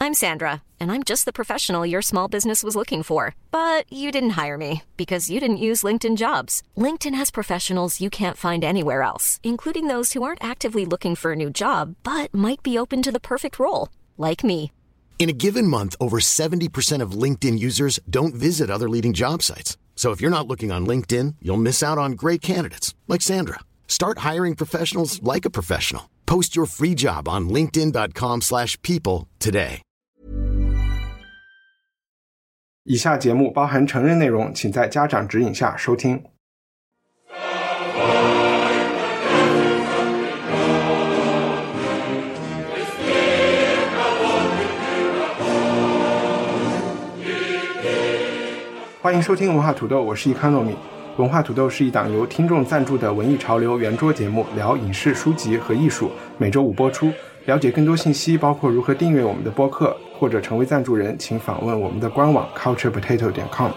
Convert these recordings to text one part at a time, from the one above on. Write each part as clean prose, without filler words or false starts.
I'm Sandra, and I'm just the professional your small business was looking for. But you didn't hire me because you didn't use LinkedIn Jobs. LinkedIn has professionals you can't find anywhere else, including those who aren't actively looking for a new job, but might be open to the perfect role, like me. In a given month, over 70% of LinkedIn users don't visit other leading job sites. So if you're not looking on LinkedIn, you'll miss out on great candidates like Sandra. Start hiring professionals like a professional. Post your free job on linkedin.com/people today. 以下节目包含成人内容，请在家长指引下收听。欢迎收听文化土豆，我是economy。文化土豆是一档由听众赞助的文艺潮流圆桌节目，聊影视、书籍和艺术，每周五播出。了解更多信息，包括如何订阅我们的播客或者成为赞助人，请访问我们的官网 culturepotato.com。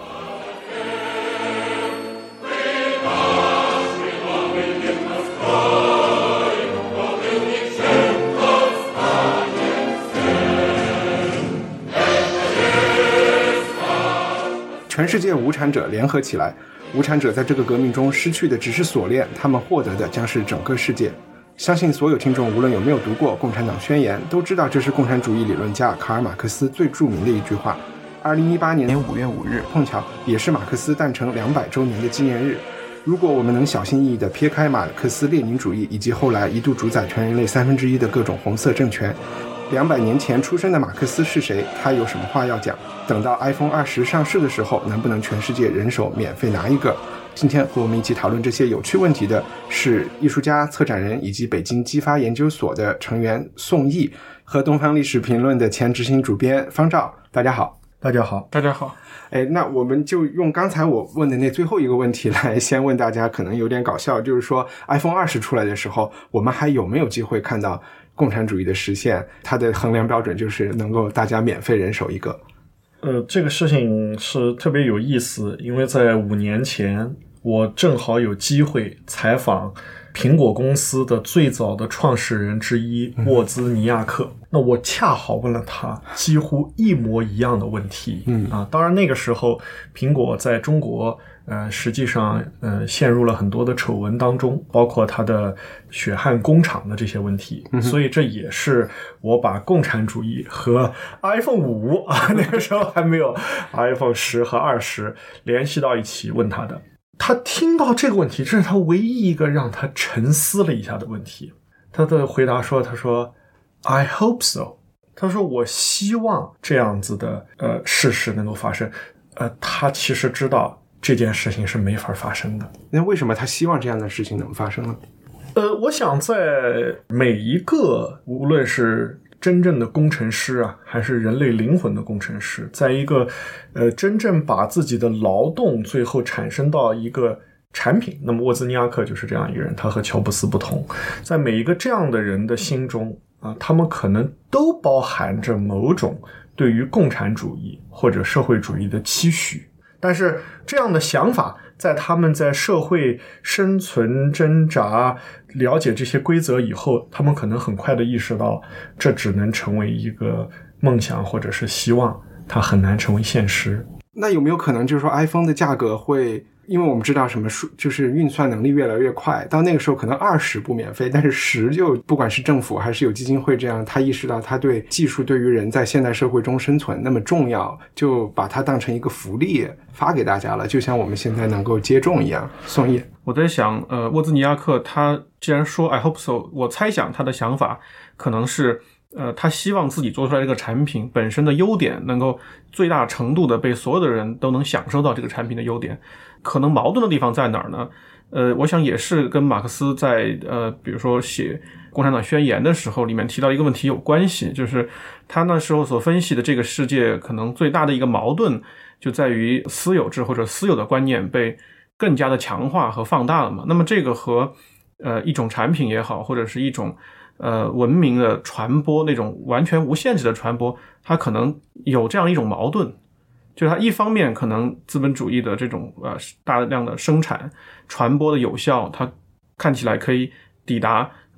全世界无产者联合起来，无产者在这个革命中失去的只是锁链，他们获得的将是整个世界。相信所有听众无论有没有读过《共产党宣言》，都知道这是共产主义理论家卡尔马克思最著名的一句话。2018年5月5日碰巧也是马克思诞辰200周年的纪念日。如果我们能小心翼翼地撇开马克思列宁主义以及后来一度主宰全人类1/3的各种红色政权，200年前出生的马克思是谁？他有什么话要讲？等到 iPhone 20上市的时候，能不能全世界人手免费拿一个？今天和我们一起讨论这些有趣问题的是艺术家、策展人以及北京激发研究所的成员宋毅和东方历史评论的前执行主编方照。大家好。 大家好。大家好。 那我们就用刚才我问的那最后一个问题来先问大家，可能有点搞笑，就是说 iPhone 20出来的时候，我们还有没有机会看到共产主义的实现？它的衡量标准就是能够大家免费人手一个。 这个事情是特别有意思，因为在5年前我正好有机会采访苹果公司的最早的创始人之一沃兹尼亚克。那我恰好问了他几乎一模一样的问题。当然那个时候苹果在中国实际上陷入了很多的丑闻当中，包括它的血汗工厂的这些问题。所以这也是我把共产主义和 iPhone 5那个时候还没有 iPhone 10和20联系到一起问他的。他听到这个问题，这是他唯一一个让他沉思了一下的问题。他的回答说，他说 I hope so。 他说我希望这样子的事实能够发生。他其实知道这件事情是没法发生的。 那为什么他希望这样的事情能发生呢？ 我想在每一个无论是真正的工程师啊，还是人类灵魂的工程师，在一个真正把自己的劳动最后产生到一个产品，那么沃兹尼亚克就是这样一个人，他和乔布斯不同，在每一个这样的人的心中啊，他们可能都包含着某种对于共产主义或者社会主义的期许。但是这样的想法在他们在社会生存挣扎了解这些规则以后，他们可能很快的意识到这只能成为一个梦想或者是希望，它很难成为现实。 那有没有可能就是说 iPhone 的价格会，因为我们知道什么就是运算能力越来越快，到那个时候可能20不免费，但是10就不管是政府还是有基金会这样，他意识到他对技术对于人在现代社会中生存那么重要，就把它当成一个福利发给大家了，就像我们现在能够接种一样。宋毅， 我在想沃兹尼亚克他既然说 I hope so， 我猜想他的想法可能是他希望自己做出来这个产品本身的优点能够最大程度的被所有的人都能享受到这个产品的优点。可能矛盾的地方在哪儿呢？我想也是跟马克思在比如说写共产党宣言的时候里面提到一个问题有关系，就是他那时候所分析的这个世界可能最大的一个矛盾就在于私有制或者私有的观念被更加的强化和放大了嘛。那么这个和一种产品也好，或者是一种文明的传播，那种完全无限制的传播，它可能有这样一种矛盾，就是它一方面可能资本主义的这种大量的生产传播的有效，它看起来可以抵达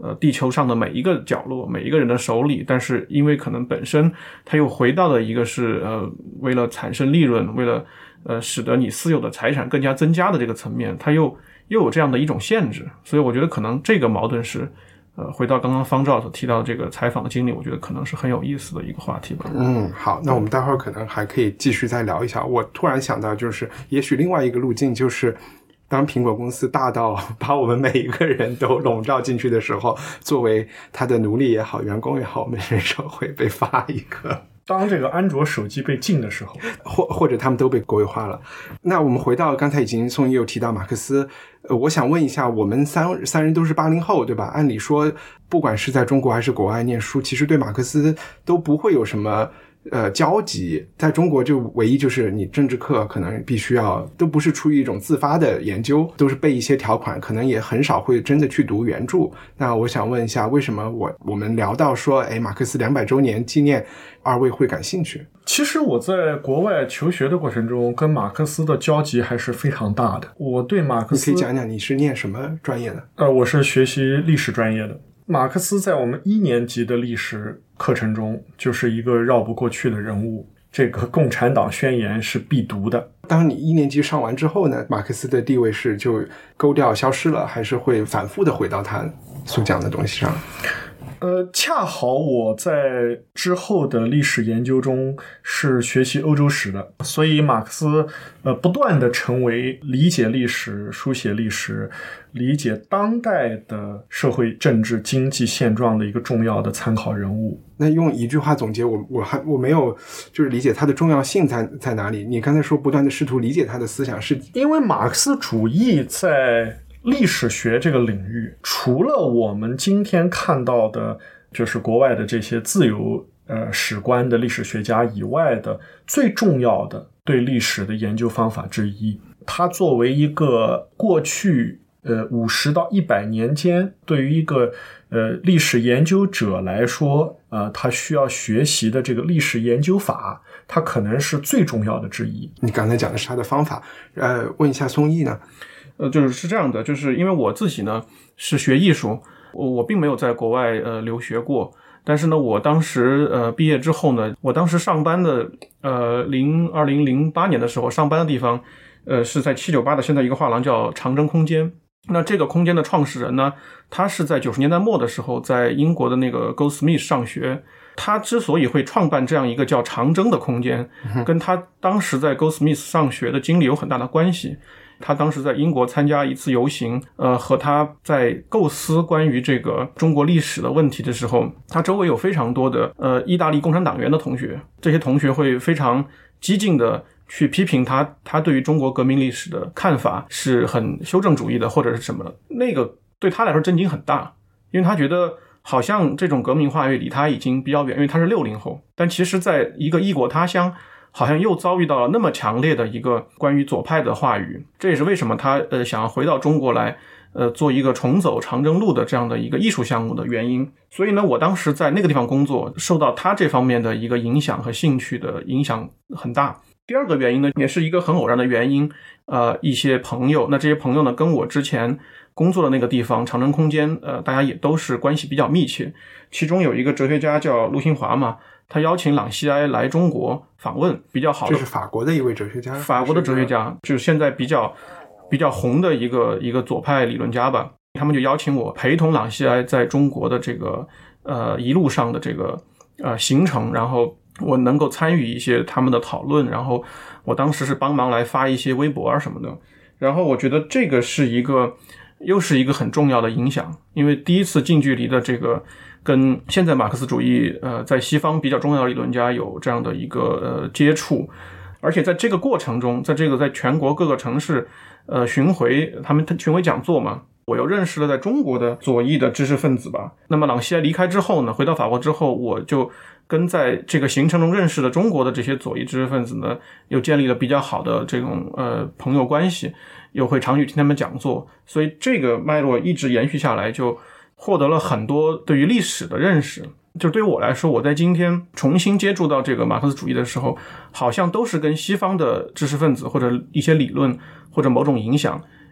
地球上的每一个角落每一个人的手里，但是因为可能本身它又回到了一个是为了产生利润，为了使得你私有的财产更加增加的这个层面，它又有这样的一种限制。所以我觉得可能这个矛盾是回到刚刚方照所提到这个采访的经历，我觉得可能是很有意思的一个话题吧。 好，那我们待会儿可能还可以继续再聊一下。我突然想到，就是也许另外一个路径就是当苹果公司大到把我们每一个人都笼罩进去的时候，作为他的奴隶也好，员工也好，我们人手会被发一个。 当这个安卓手机被禁的时候， 或者他们都被国有化了。那我们回到刚才已经宋一有提到马克思，我想问一下，我们三人都是80后，对吧？按理说，不管是在中国还是国外念书，其实对马克思都不会有什么交集。在中国就唯一就是你政治课可能必须要，都不是出于一种自发的研究，都是背一些条款，可能也很少会真的去读原著。那我想问一下，为什么我们聊到说马克思200周年纪念，二位会感兴趣？ 其实我在国外求学的过程中跟马克思的交集还是非常大的。我对马克思， 你可以讲讲你是念什么专业的？ 我是学习历史专业的。马克思在我们1年级的历史课程中就是一个绕不过去的人物，这个共产党宣言是必读的。 当你1年级上完之后呢，马克思的地位是就勾掉消失了，还是会反复的回到他所讲的东西上？ 恰好我在之后的历史研究中是学习欧洲史的，所以马克思不断的成为理解历史、书写历史、理解当代的社会政治经济现状的一个重要的参考人物。 那用一句话总结，我没有就是理解它的重要性在哪里？你刚才说不断的试图理解他的思想，是因为马克思主义在历史学这个领域，除了我们今天看到的就是国外的这些自由史观的历史学家以外的最重要的对历史的研究方法之一。它作为一个过去50到100年间对于一个历史研究者来说他需要学习的这个历史研究法，它可能是最重要的之一。 你刚才讲的是他的方法，问一下宋毅呢？ 就是这样的，就是因为我自己呢是学艺术，我并没有在国外留学过，但是呢我当时毕业之后呢，我当时上班的2008年的时候上班的地方是在798的现在一个画廊叫长征空间。那这个空间的创始人呢，他是在90年代末的时候在英国的那个 Goldsmith 上学。他之所以会创办这样一个叫长征的空间，跟他当时在 Goldsmith 上学的经历有很大的关系。他当时在英国参加一次游行，和他在构思关于这个中国历史的问题的时候，他周围有非常多的意大利共产党员的同学，这些同学会非常激进的去批评他对于中国革命历史的看法是很修正主义的或者是什么的。那个对他来说震惊很大，因为他觉得好像这种革命话语离他已经比较远，因为他是60后，但其实在一个异国他乡好像又遭遇到了那么强烈的一个关于左派的话语。这也是为什么他想要回到中国来做一个重走长征路的这样的一个艺术项目的原因。所以呢我当时在那个地方工作，受到他这方面的一个影响和兴趣的影响很大。第二个原因呢也是一个很偶然的原因，一些朋友，那这些朋友呢跟我之前工作的那个地方长征空间大家也都是关系比较密切。其中有一个哲学家叫陆新华嘛，他邀请朗西埃来中国访问，比较好的， 这是法国的一位哲学家， 法国的哲学家，就是现在比较红的一个左派理论家吧。他们就邀请我陪同朗西埃在中国的这个一路上的这个行程，然后我能够参与一些他们的讨论，然后我当时是帮忙来发一些微博啊什么的。然后我觉得这个是又是一个很重要的影响，因为第一次近距离的这个跟现在马克思主义在西方比较重要的理论家有这样的一个接触。而且在这个过程中，在全国各个城市巡回讲座嘛，我又认识了在中国的左翼的知识分子吧。那么朗西埃离开之后呢，回到法国之后，我就跟在这个行程中认识的中国的这些左翼知识分子呢，又建立了比较好的这种朋友关系，又会常去听他们讲座。所以这个脉络一直延续下来，就获得了很多对于历史的认识。就对于我来说，我在今天重新接触到这个马克思主义的时候，好像都是跟西方的知识分子或者一些理论或者某种影响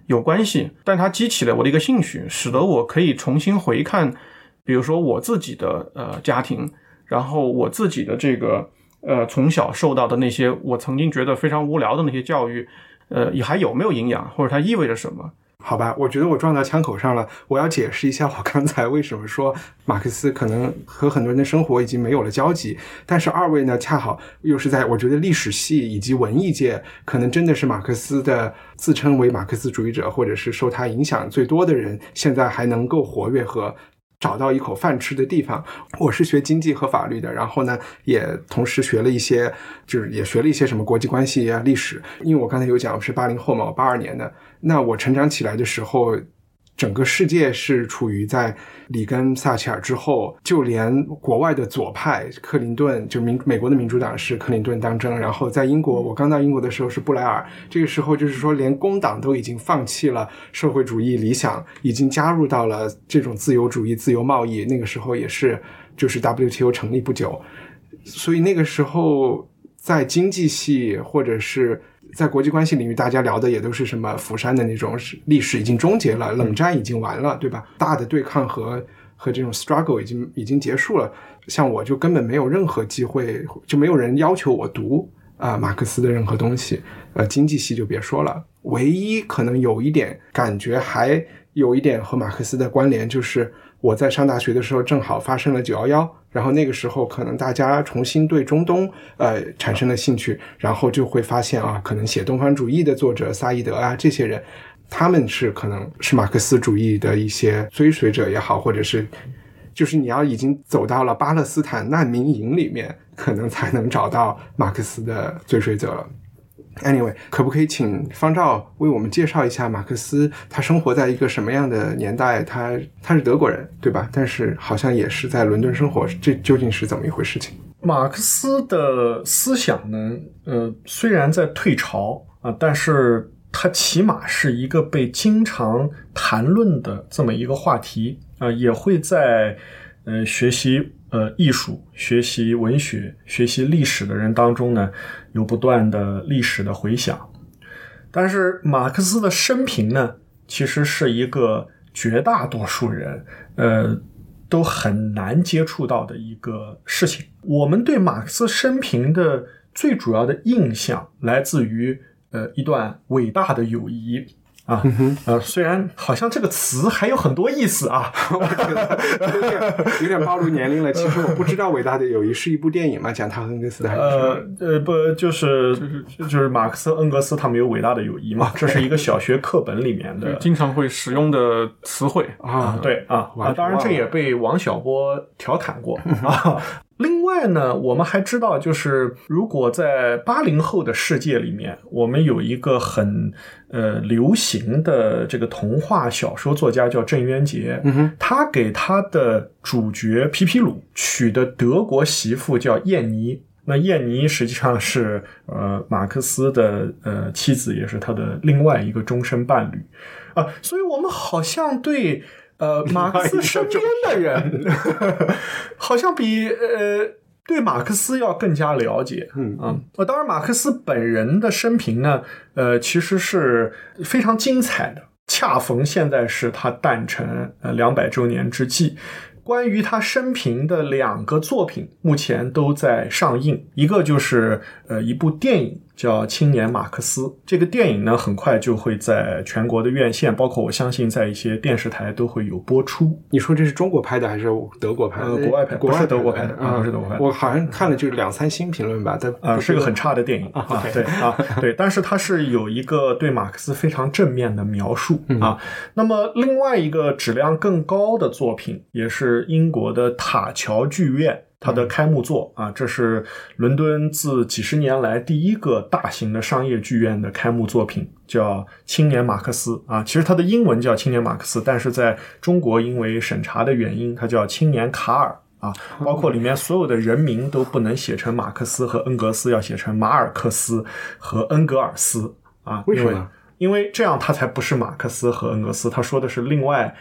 有关系，但它激起了我的一个兴趣，使得我可以重新回看，比如说我自己的家庭，然后我自己的这个从小受到的那些我曾经觉得非常无聊的那些教育，也还有没有营养，或者它意味着什么。 好吧，我觉得我撞到枪口上了。我要解释一下我刚才为什么说马克思可能和很多人的生活已经没有了交集，但是二位呢恰好又是在我觉得历史系以及文艺界可能真的是马克思的自称为马克思主义者或者是受他影响最多的人，现在还能够活跃和找到一口饭吃的地方。我是学经济和法律的，然后呢也同时学了一些，就是也学了一些什么国际关系啊历史，因为我刚才有讲我是80后嘛，我82年的，那我成长起来的时候整个世界是处于在里根撒切尔之后，就连国外的左派克林顿，就美国的民主党是克林顿当政，然后在英国我刚到英国的时候是布莱尔，这个时候就是说连工党都已经放弃了社会主义理想，已经加入到了这种自由主义自由贸易，那个时候也是就是 WTO 成立不久，所以那个时候在经济系或者是在国际关系领域大家聊的也都是什么釜山的那种历史已经终结了，冷战已经完了，对吧？大的对抗和这种 struggle 已经结束了，像我就根本没有任何机会，就没有人要求我读马克思的任何东西，经济系就别说了。唯一可能有一点感觉还有一点和马克思的关联，就是我在上大学的时候正好发生了911，然后那个时候可能大家重新对中东产生了兴趣，然后就会发现可能写东方主义的作者萨义德啊这些人，他们是可能是马克思主义的一些追随者也好，或者是就是你要已经走到了巴勒斯坦难民营里面，可能才能找到马克思的追随者了。Anyway， 可不可以请方照为我们介绍一下马克思他生活在一个什么样的年代？他是德国人对吧？但是好像也是在伦敦生活，这究竟是怎么一回事情？ 马克思的思想呢虽然在退潮但是它起码是一个被经常谈论的这么一个话题也会在学习艺术、学习文学、学习历史的人当中呢，有不断的历史的回响。但是马克思的生平呢，其实是一个绝大多数人都很难接触到的一个事情。我们对马克思生平的最主要的印象来自于一段伟大的友谊虽然好像这个词还有很多意思我觉得有点暴露年龄了。其实我不知道伟大的友谊是一部电影吗？讲他和恩格斯的还是不就是马克思恩格斯他们有伟大的友谊嘛？这是一个小学课本里面的经常会使用的词汇对当然这也被王小波调侃过另外呢，我们还知道，就是如果在80后的世界里面，我们有一个很流行的这个童话小说作家叫郑渊洁，他给他的主角皮皮鲁娶的德国媳妇叫燕妮。那燕妮实际上是马克思的妻子，也是他的另外一个终身伴侣所以我们好像对马克思身边的人好像比对马克思要更加了解当然马克思本人的生平呢其实是非常精彩的，恰逢现在是他诞辰200周年之际。关于他生平的2个作品目前都在上映，一个就是一部电影叫《青年马克思》，这个电影呢很快就会在全国的院线，包括我相信在一些电视台都会有播出。 你说这是中国拍的还是德国拍的？ 国外拍，不是德国拍的不是德国拍的。 我好像看了就是2-3星评论吧， 是个很差的电影对，但是它是有一个对马克思非常正面的描述那么另外一个质量更高的作品也是英国的塔桥剧院它的开幕作这是伦敦自几十年来第一个大型的商业剧院的开幕作品，叫《青年马克思》其实它的英文叫《青年马克思》，但是在中国因为审查的原因，它叫《青年卡尔》包括里面所有的人名都不能写成马克思和恩格斯，要写成马尔克斯和恩格尔斯为什么？ 因为这样他才不是马克思和恩格斯，他说的是另外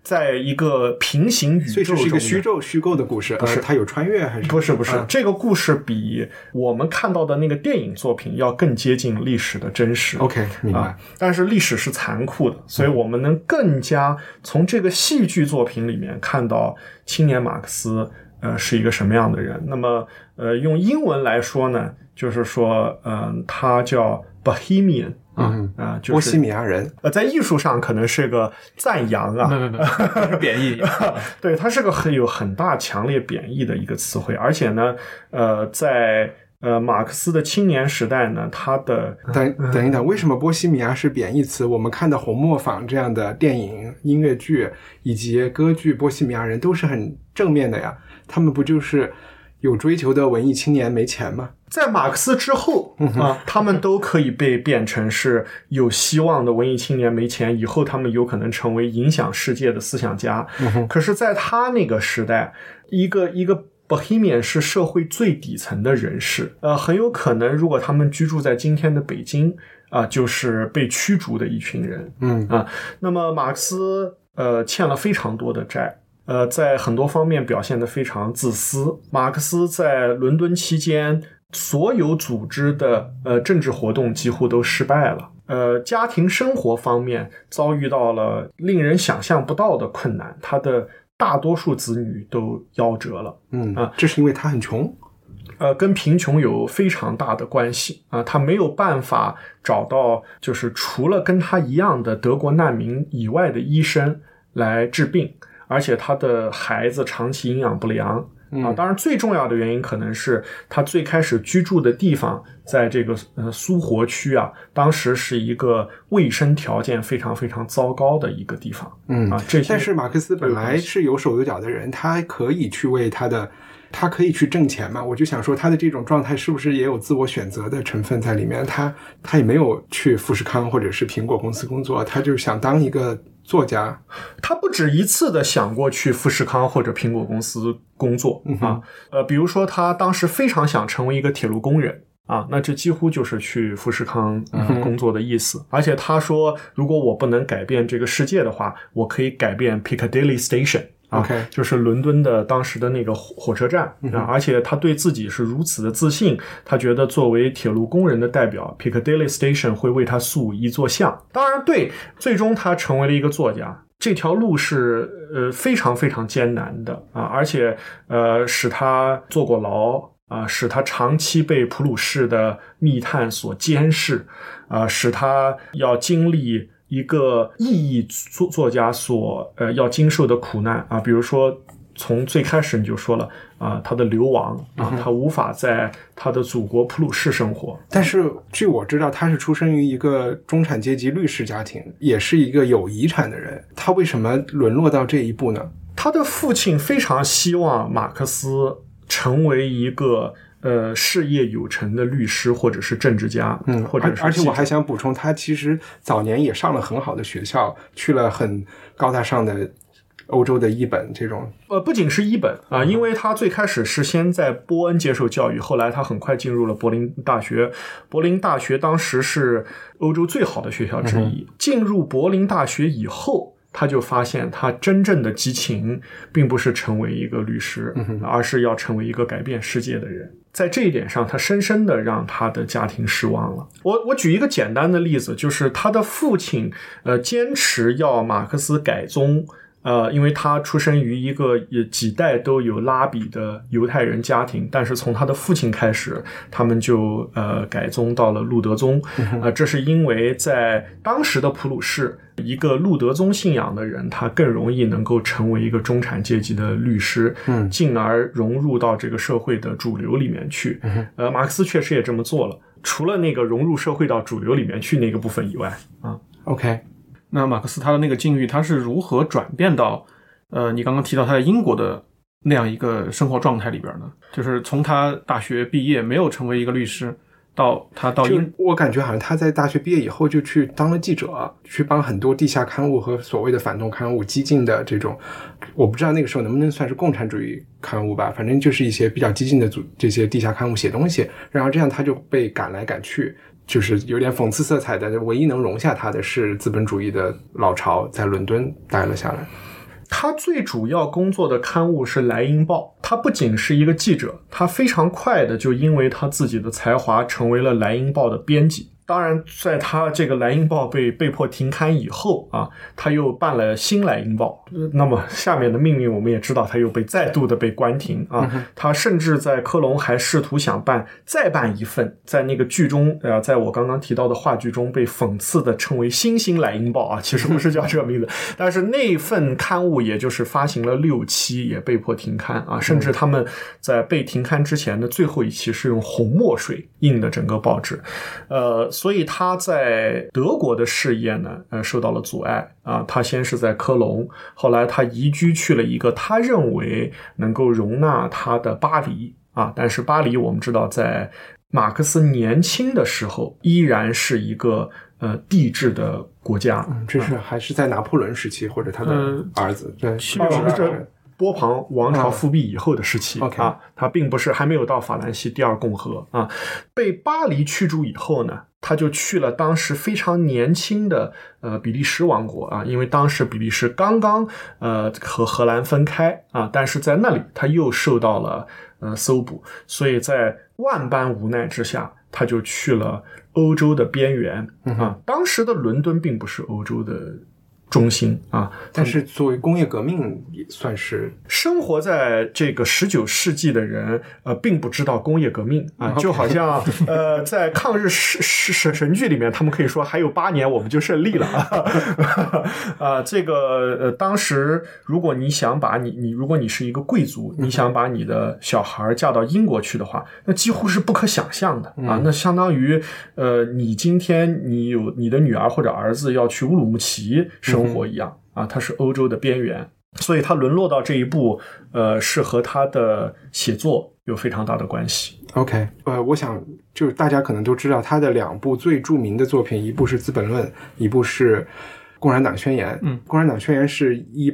在一个平行宇宙中， 所以这是一个虚构的故事，它有穿越还是？ 不是，这个故事比我们看到的那个电影作品要更接近历史的真实。 OK， 明白。 但是历史是残酷的，所以我们能更加从这个戏剧作品里面看到青年马克思是一个什么样的人。那么用英文来说呢，就是说他叫 Bohemian。就是波西米亚人。 在艺术上可能是个赞扬啊， 是贬义。 对，它是个有很大强烈贬义的一个词汇，而且呢，在马克思的青年时代呢，他的等一等，为什么波西米亚是贬义词？我们看的红磨坊这样的电影、音乐剧以及歌剧，波西米亚人都是很正面的呀，他们不就是有追求的文艺青年没钱吗？ 在马克思之后他们都可以被变成是有希望的文艺青年没钱，以后他们有可能成为影响世界的思想家。可是在他那个时代，一个 Bohemian 是社会最底层的人士，很有可能如果他们居住在今天的北京就是被驱逐的一群人。那么马克思欠了非常多的债，在很多方面表现得非常自私。马克思在伦敦期间所有组织的政治活动几乎都失败了，家庭生活方面遭遇到了令人想象不到的困难，他的大多数子女都夭折了。 这是因为他很穷？ 跟贫穷有非常大的关系他没有办法找到就是除了跟他一样的德国难民以外的医生来治病，而且他的孩子长期营养不良。当然最重要的原因可能是他最开始居住的地方在这个苏活区当时是一个卫生条件非常非常糟糕的一个地方。 但是马克思本来是有手有脚的人，他可以去为他可以去挣钱嘛？我就想说他的这种状态是不是也有自我选择的成分在里面？他也没有去富士康或者是苹果公司工作，他就想当一个作家。 他不止一次的想过去富士康或者苹果公司工作比如说他当时非常想成为一个铁路工人那这几乎就是去富士康工作的意思。而且他说，如果我不能改变这个世界的话，我可以改变 Piccadilly Station。OK， 就是伦敦的当时的那个火车站而且他对自己是如此的自信，他觉得作为铁路工人的代表 Piccadilly Station 会为他塑一座像。当然对，最终他成为了一个作家，这条路是非常非常艰难的而且使他坐过牢使他长期被普鲁士的密探所监视使他要经历一个异议作家所要经受的苦难比如说从最开始你就说了他的流亡他无法在他的祖国普鲁士生活。 但是据我知道，他是出生于一个中产阶级律师家庭，也是一个有遗产的人，他为什么沦落到这一步呢？ 他的父亲非常希望马克思成为一个事业有成的律师或者是政治家或者是而且我还想补充，他其实早年也上了很好的学校，去了很高大上的欧洲的一本这种不仅是一本因为他最开始是先在波恩接受教育，后来他很快进入了柏林大学。柏林大学当时是欧洲最好的学校之一。进入柏林大学以后，他就发现他真正的激情并不是成为一个律师而是要成为一个改变世界的人。在这一点上，他深深的让他的家庭失望了。我举一个简单的例子，就是他的父亲坚持要马克思改宗因为他出生于一个几代都有拉比的犹太人家庭，但是从他的父亲开始，他们就改宗到了路德宗这是因为在当时的普鲁士，一个路德宗信仰的人，他更容易能够成为一个中产阶级的律师进而融入到这个社会的主流里面去马克思确实也这么做了，除了那个融入社会到主流里面去那个部分以外 OK， 那马克思他的那个境遇，他是如何转变到你刚刚提到他在英国的那样一个生活状态里边呢？就是从他大学毕业没有成为一个律师，到他到我感觉好像他在大学毕业以后就去当了记者，去帮很多地下刊物和所谓的反动刊物、激进的这种，我不知道那个时候能不能算是共产主义刊物吧，反正就是一些比较激进的这些地下刊物写东西，然后这样他就被赶来赶去，就是有点讽刺色彩的，唯一能容下他的是资本主义的老巢在伦敦待了下来。 他最主要工作的刊物是《莱茵报》，他不仅是一个记者，他非常快的就因为他自己的才华成为了《莱茵报》的编辑。当然在他这个《莱茵报》被迫停刊以后啊，他又办了新《莱茵报》，那么下面的命运我们也知道，他又再度的被关停啊。他甚至在科隆还试图想再办一份，在那个剧中在我刚刚提到的话剧中被讽刺的称为新《莱茵报》啊，其实不是叫这个名字，但是那份刊物也就是发行了6期也被迫停刊啊，甚至他们在被停刊之前的最后一期是用红墨水印的整个报纸，所以他在德国的事业呢，受到了阻碍啊。他先是在科隆，后来他移居去了一个他认为能够容纳他的巴黎啊。但是巴黎我们知道，在马克思年轻的时候，依然是一个帝制的国家。 这是还是在拿破仑时期或者他的儿子对。 波旁王朝复辟以后的时期啊，他并不是还没有到法兰西第二共和啊。被巴黎驱逐以后呢，他就去了当时非常年轻的比利时王国啊，因为当时比利时刚刚和荷兰分开啊，但是在那里他又受到了搜捕，所以在万般无奈之下，他就去了欧洲的边缘啊。当时的伦敦并不是欧洲的中心啊， 但是作为工业革命也算是生活在这个19世纪的人并不知道工业革命啊，就好像在抗日神剧里面他们可以说还有8年我们就胜利了啊。这个当时如果你想把如果你是一个贵族，你想把你的小孩嫁到英国去的话，那几乎是不可想象的啊。那相当于你今天你有你的女儿或者儿子要去乌鲁木齐生活一样啊，它是欧洲的边缘，所以它沦落到这一步，是和他的写作有非常大的关系。 OK， 我想就是大家可能都知道他的2部最著名的作品，一部是《资本论》，一部是《共产党宣言》。共产党宣言是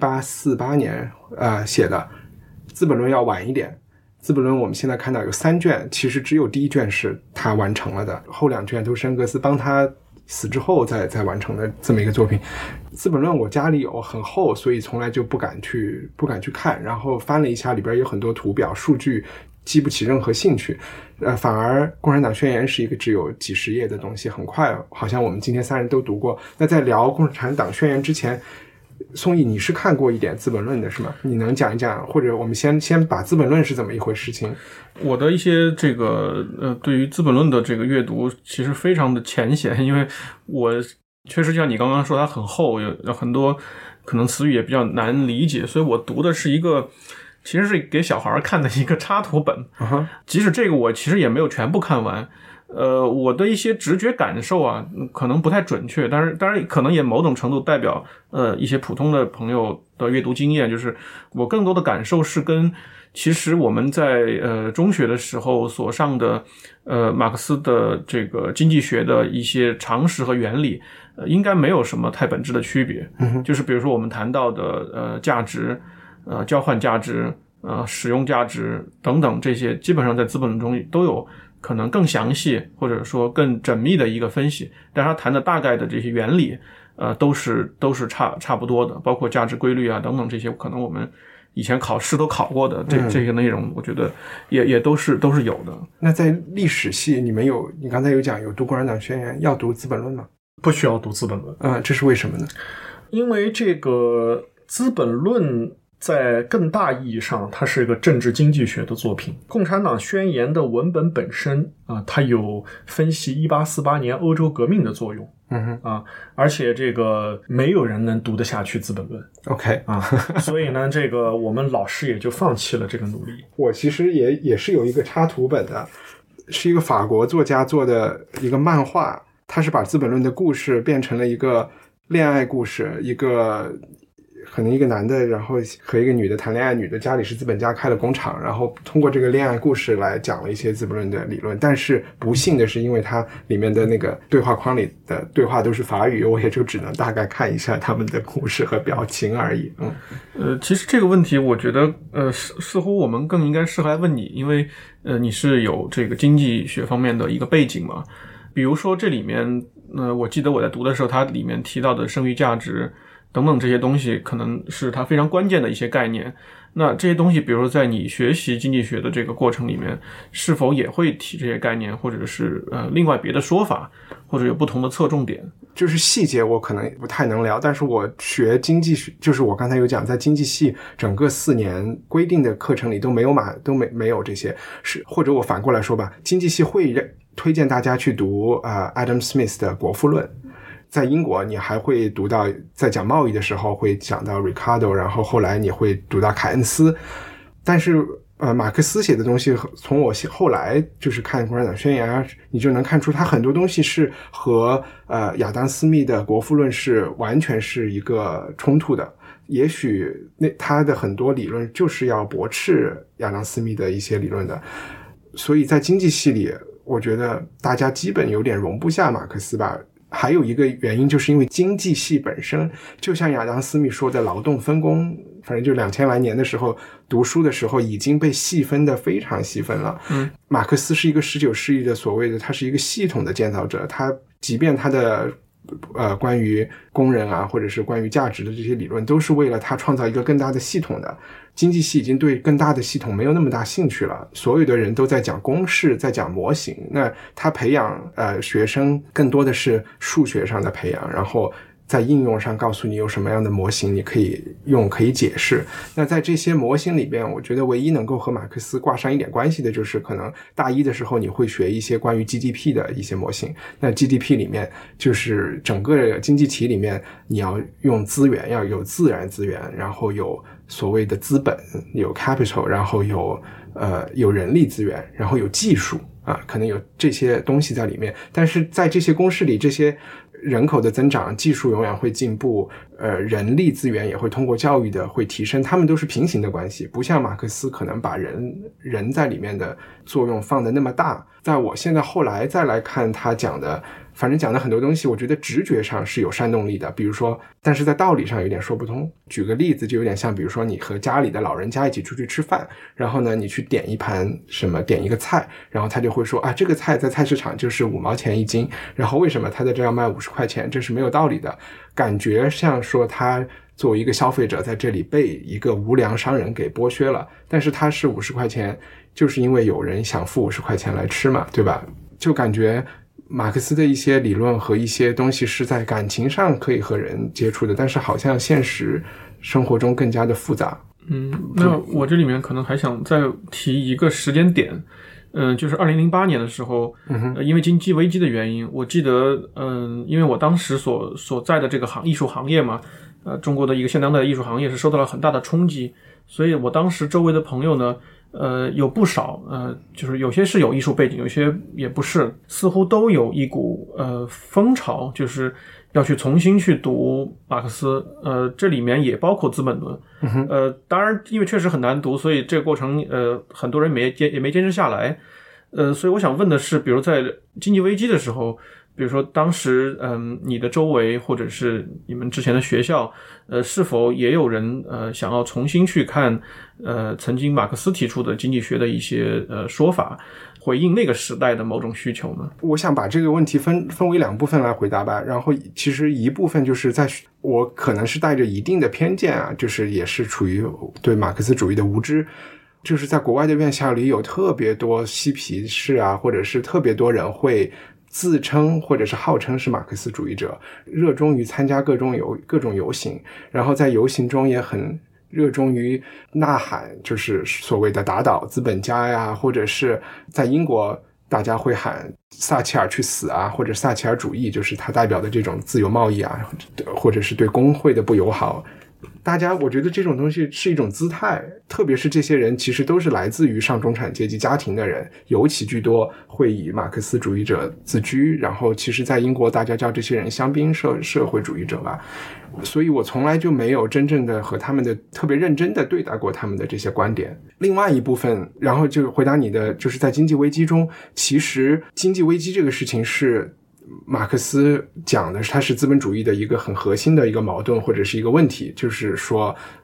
1848年写的，《资本论》要晚一点。《资本论》我们现在看到有3卷，其实只有第1卷是他完成了的，后2卷都是恩格斯帮他死之后再完成的这么一个作品。资本论我家里有，很厚，所以从来就不敢去看，然后翻了一下，里边有很多图表数据，激不起任何兴趣。反而共产党宣言是一个只有几十页的东西，很快好像我们今天3人都读过。那在聊共产党宣言之前，宋毅你是看过一点资本论的是吗？你能讲一讲，或者我们先把资本论是怎么一回事情。 我的一些这个对于资本论的这个阅读其实非常的浅显，因为我确实像你刚刚说它很厚，有很多可能词语也比较难理解，所以我读的是一个其实是给小孩看的一个插图本。即使这个我其实也没有全部看完。我的一些直觉感受啊，可能不太准确，当然可能也某种程度代表一些普通的朋友的阅读经验，就是我更多的感受是跟其实我们在中学的时候所上的马克思的这个经济学的一些常识和原理应该没有什么太本质的区别。就是比如说我们谈到的价值交换价值使用价值等等，这些基本上在资本论中都有可能更详细或者说更缜密的一个分析，但他谈的大概的这些原理都是差不多的，包括价值规律啊等等，这些可能我们以前考试都考过的这个内容，我觉得也都是有的。 那在历史系你刚才有讲有读共产党宣言，要读资本论吗？ 不需要读资本论。 这是为什么呢？ 因为这个资本论在更大意义上它是一个政治经济学的作品。共产党宣言的文本本身它有分析1848年欧洲革命的作用。而且这个没有人能读得下去资本论。 OK 所以呢这个我们老师也就放弃了这个努力。 我其实也是有一个插图本的，是一个法国作家做的一个漫画，他是把资本论的故事变成了一个恋爱故事，可能一个男的然后和一个女的谈恋爱，女的家里是资本家开了工厂，然后通过这个恋爱故事来讲了一些资本论的理论。但是不幸的是，因为它里面的那个对话框里的对话都是法语，我也就只能大概看一下他们的故事和表情而已。 其实这个问题我觉得似乎我们更应该适合来问你，因为你是有这个经济学方面的一个背景嘛。比如说这里面我记得我在读的时候，它里面提到的剩余价值等等这些东西，可能是它非常关键的一些概念。那这些东西比如说在你学习经济学的这个过程里面，是否也会提这些概念，或者是另外别的说法，或者有不同的侧重点？ 就是细节我可能不太能聊，但是我学经济学，就是我刚才有讲，在经济系整个4年规定的课程里都没有这些，是或者我反过来说吧，经济系会推荐大家去读Adam Smith 的《国富论》。在英国你还会读到，在讲贸易的时候会讲到 Ricardo， 然后后来你会读到凯恩斯。但是马克思写的东西，从我后来就是看共产党宣言啊，你就能看出他很多东西是和亚当斯密的国富论是完全是一个冲突的。也许他的很多理论就是要驳斥亚当斯密的一些理论的。所以在经济系里，我觉得大家基本有点容不下马克思吧。还有一个原因就是因为经济系本身就像亚当斯密说的劳动分工，反正就2000来年的时候读书的时候已经被细分的非常细分了。马克思是一个19世纪的所谓的，他是一个系统的建造者，他即便他的关于工人啊或者是关于价值的这些理论都是为了他创造一个更大的系统的。经济系已经对更大的系统没有那么大兴趣了，所有的人都在讲公式，在讲模型，那他培养学生更多的是数学上的培养，然后在应用上告诉你有什么样的模型你可以用，可以解释。那在这些模型里边，我觉得唯一能够和马克思挂上一点关系的就是可能大一的时候你会学一些关于 GDP 的一些模型，那 GDP 里面就是整个经济体里面你要用资源，要有自然资源，然后有所谓的资本，有 capital， 然后有人力资源，然后有技术啊，可能有这些东西在里面。但是在这些公式里，这些人口的增长，技术永远会进步，人力资源也会通过教育的会提升，他们都是平行的关系，不像马克思可能把人在里面的作用放得那么大。在我现在后来再来看他讲的，反正讲的很多东西，我觉得直觉上是有煽动力的，比如说，但是在道理上有点说不通。举个例子，就有点像比如说你和家里的老人家一起出去吃饭，然后呢你去点一盘什么，点一个菜，然后他就会说啊，这个菜在菜市场就是5毛钱一斤，然后为什么他在这要卖50块钱，这是没有道理的。感觉像说他作为一个消费者在这里被一个无良商人给剥削了，但是他是50块钱，就是因为有人想付50块钱来吃嘛，对吧？就感觉马克思的一些理论和一些东西是在感情上可以和人接触的，但是好像现实生活中更加的复杂。 那我这里面可能还想再提一个时间点，就是2008年的时候，因为经济危机的原因，我记得，因为我当时所在的这个艺术行业嘛，中国的一个现当代艺术行业是受到了很大的冲击，所以我当时周围的朋友呢，有不少，就是有些是有艺术背景，有些也不是，似乎都有一股风潮，就是要去重新去读马克思，这里面也包括资本论。当然因为确实很难读，所以这个过程很多人也没坚持下来。所以我想问的是，比如在经济危机的时候，比如说当时你的周围或者是你们之前的学校是否也有人想要重新去看曾经马克思提出的经济学的一些说法，回应那个时代的某种需求呢？ 我想把这个问题分为2部分来回答吧。然后其实一部分就是我可能是带着一定的偏见啊，就是也是处于对马克思主义的无知，就是在国外的院校里有特别多嬉皮士啊，或者是特别多人会自称或者是号称是马克思主义者，热衷于参加各种游行，然后在游行中也很热衷于呐喊，就是所谓的打倒资本家呀，或者是在英国大家会喊撒切尔去死啊，或者撒切尔主义，就是他代表的这种自由贸易啊，或者是对工会的不友好。大家我觉得这种东西是一种姿态，特别是这些人其实都是来自于上中产阶级家庭的人，尤其居多会以马克思主义者自居，然后其实在英国大家叫这些人香槟社会主义者吧。所以我从来就没有真正的和他们的特别认真的对待过他们的这些观点。另外一部分，然后就回答你的，就是在经济危机中，其实经济危机这个事情是马克思讲的，它是资本主义的一个很核心的一个矛盾或者是一个问题，就是说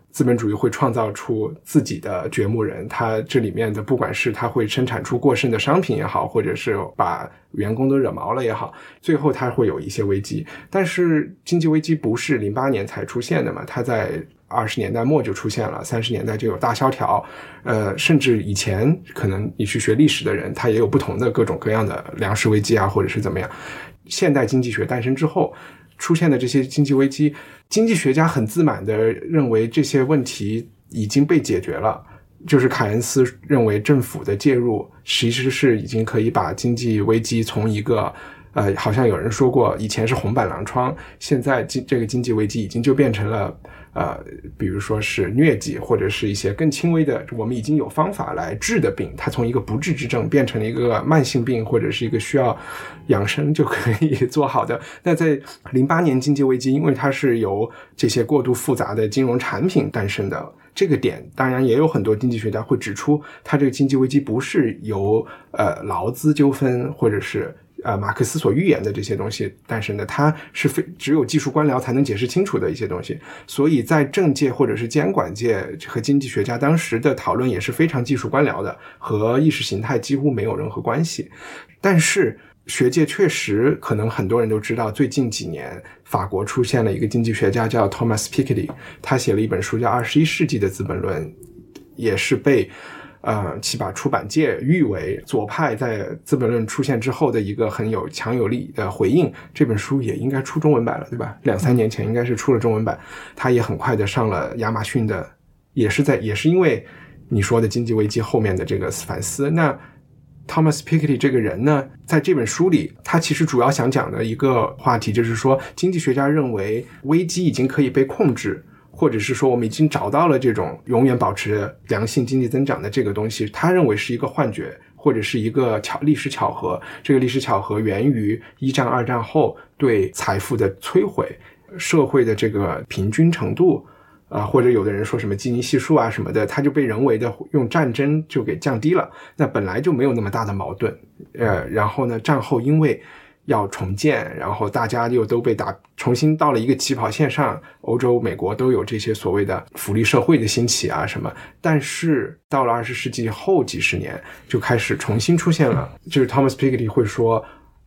资本主义会创造出自己的掘墓人，它这里面的不管是它会生产出过剩的商品也好，或者是把员工都惹毛了也好，最后它会有一些危机。但是经济危机不是08年才出现的嘛，它在20年代末就出现了，30年代就有大萧条，甚至以前可能你去学历史的人，他也有不同的各种各样的粮食危机啊，或者是怎么样。现代经济学诞生之后出现的这些经济危机，经济学家很自满地认为这些问题已经被解决了，就是凯恩斯认为政府的介入其实是已经可以把经济危机从一个好像有人说过以前是红斑狼疮，现在这个经济危机已经就变成了比如说是疟疾或者是一些更轻微的我们已经有方法来治的病，它从一个不治之症变成了一个慢性病，或者是一个需要养生就可以做好的。那在08年经济危机，因为它是由这些过度复杂的金融产品诞生的，这个点当然也有很多经济学家会指出，它这个经济危机不是由劳资纠纷或者是马克思所预言的这些东西诞生的，它是只有技术官僚才能解释清楚的一些东西。所以在政界或者是监管界和经济学家当时的讨论也是非常技术官僚的，和意识形态几乎没有任何关系。但是学界确实可能很多人都知道，最近几年法国出现了一个经济学家叫 Thomas Piketty， 他写了一本书叫《21世纪的资本论》，也是被其把出版界誉为左派在资本论出现之后的一个很有强有力的回应。这本书也应该出中文版了，对吧？2-3年前应该是出了中文版，它也很快的上了亚马逊的，也是因为你说的经济危机后面的这个反思。那 Thomas Piketty 这个人呢，在这本书里他其实主要想讲的一个话题就是说，经济学家认为危机已经可以被控制，或者是说我们已经找到了这种永远保持良性经济增长的这个东西，他认为是一个幻觉，或者是一个历史巧合。这个历史巧合源于1战2战后对财富的摧毁，社会的这个平均程度或者有的人说什么基尼系数啊什么的，它就被人为的用战争就给降低了。那本来就没有那么大的矛盾，然后呢，战后因为要重建，然后大家又都被重新到了一个起跑线上，欧洲美国都有这些所谓的福利社会的兴起啊什么。但是到了20世纪后几十年就开始重新出现了，就是 Thomas Piketty 会说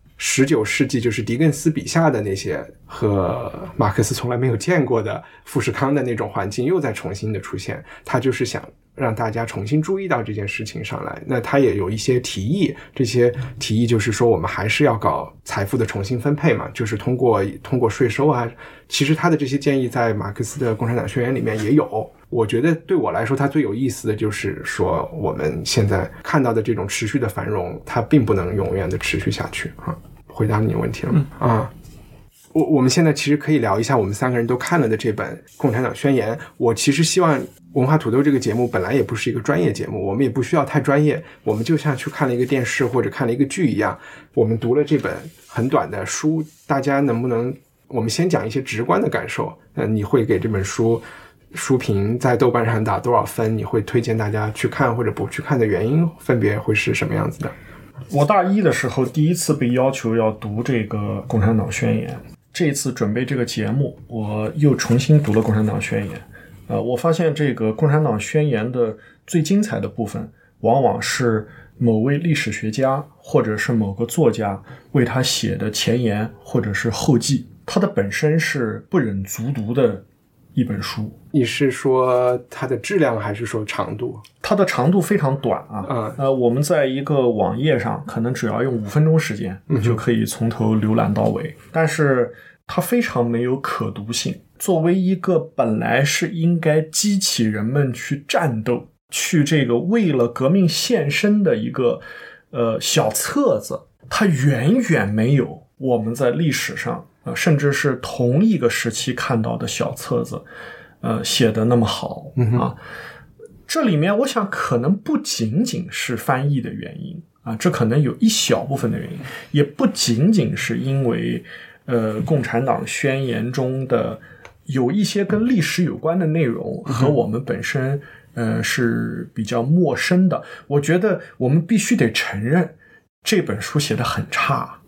19世纪就是狄更斯笔下的那些和马克思从来没有见过的富士康的那种环境又在重新的出现，他就是想让大家重新注意到这件事情上来。那他也有一些提议，这些提议就是说我们还是要搞财富的重新分配嘛，就是通过税收啊。其实他的这些建议在马克思的共产党宣言里面也有。我觉得对我来说他最有意思的就是说，我们现在看到的这种持续的繁荣它并不能永远的持续下去回答你问题了吗？我们现在其实可以聊一下我们3个人都看了的这本《共产党宣言》。我其实希望文化土豆这个节目本来也不是一个专业节目，我们也不需要太专业，我们就像去看了一个电视或者看了一个剧一样，我们读了这本很短的书，大家能不能我们先讲一些直观的感受？你会给这本书评在豆瓣上打多少分？你会推荐大家去看或者不去看的原因分别会是什么样子的？ 我大一的时候第一次被要求要读这个共产党宣言，这一次准备这个节目我又重新读了共产党宣言。我发现这个共产党宣言的最精彩的部分往往是某位历史学家或者是某个作家为他写的前言或者是后记，它的本身是不忍卒读的一本书。 你是说它的质量还是说长度？ 它的长度非常短我们在一个网页上可能只要用5分钟时间就可以从头浏览到尾，但是它非常没有可读性。作为一个本来是应该激起人们去战斗，去这个为了革命献身的一个小册子，它远远没有我们在历史上甚至是同一个时期看到的小册子写得那么好这里面我想可能不仅仅是翻译的原因这可能有一小部分的原因，也不仅仅是因为共产党宣言中的有一些跟历史有关的内容和我们本身是比较陌生的。我觉得我们必须得承认这本书写得很差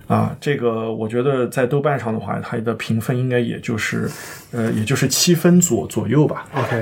这个我觉得在豆瓣上的话，它的评分应该也就是7分左右吧。 OK，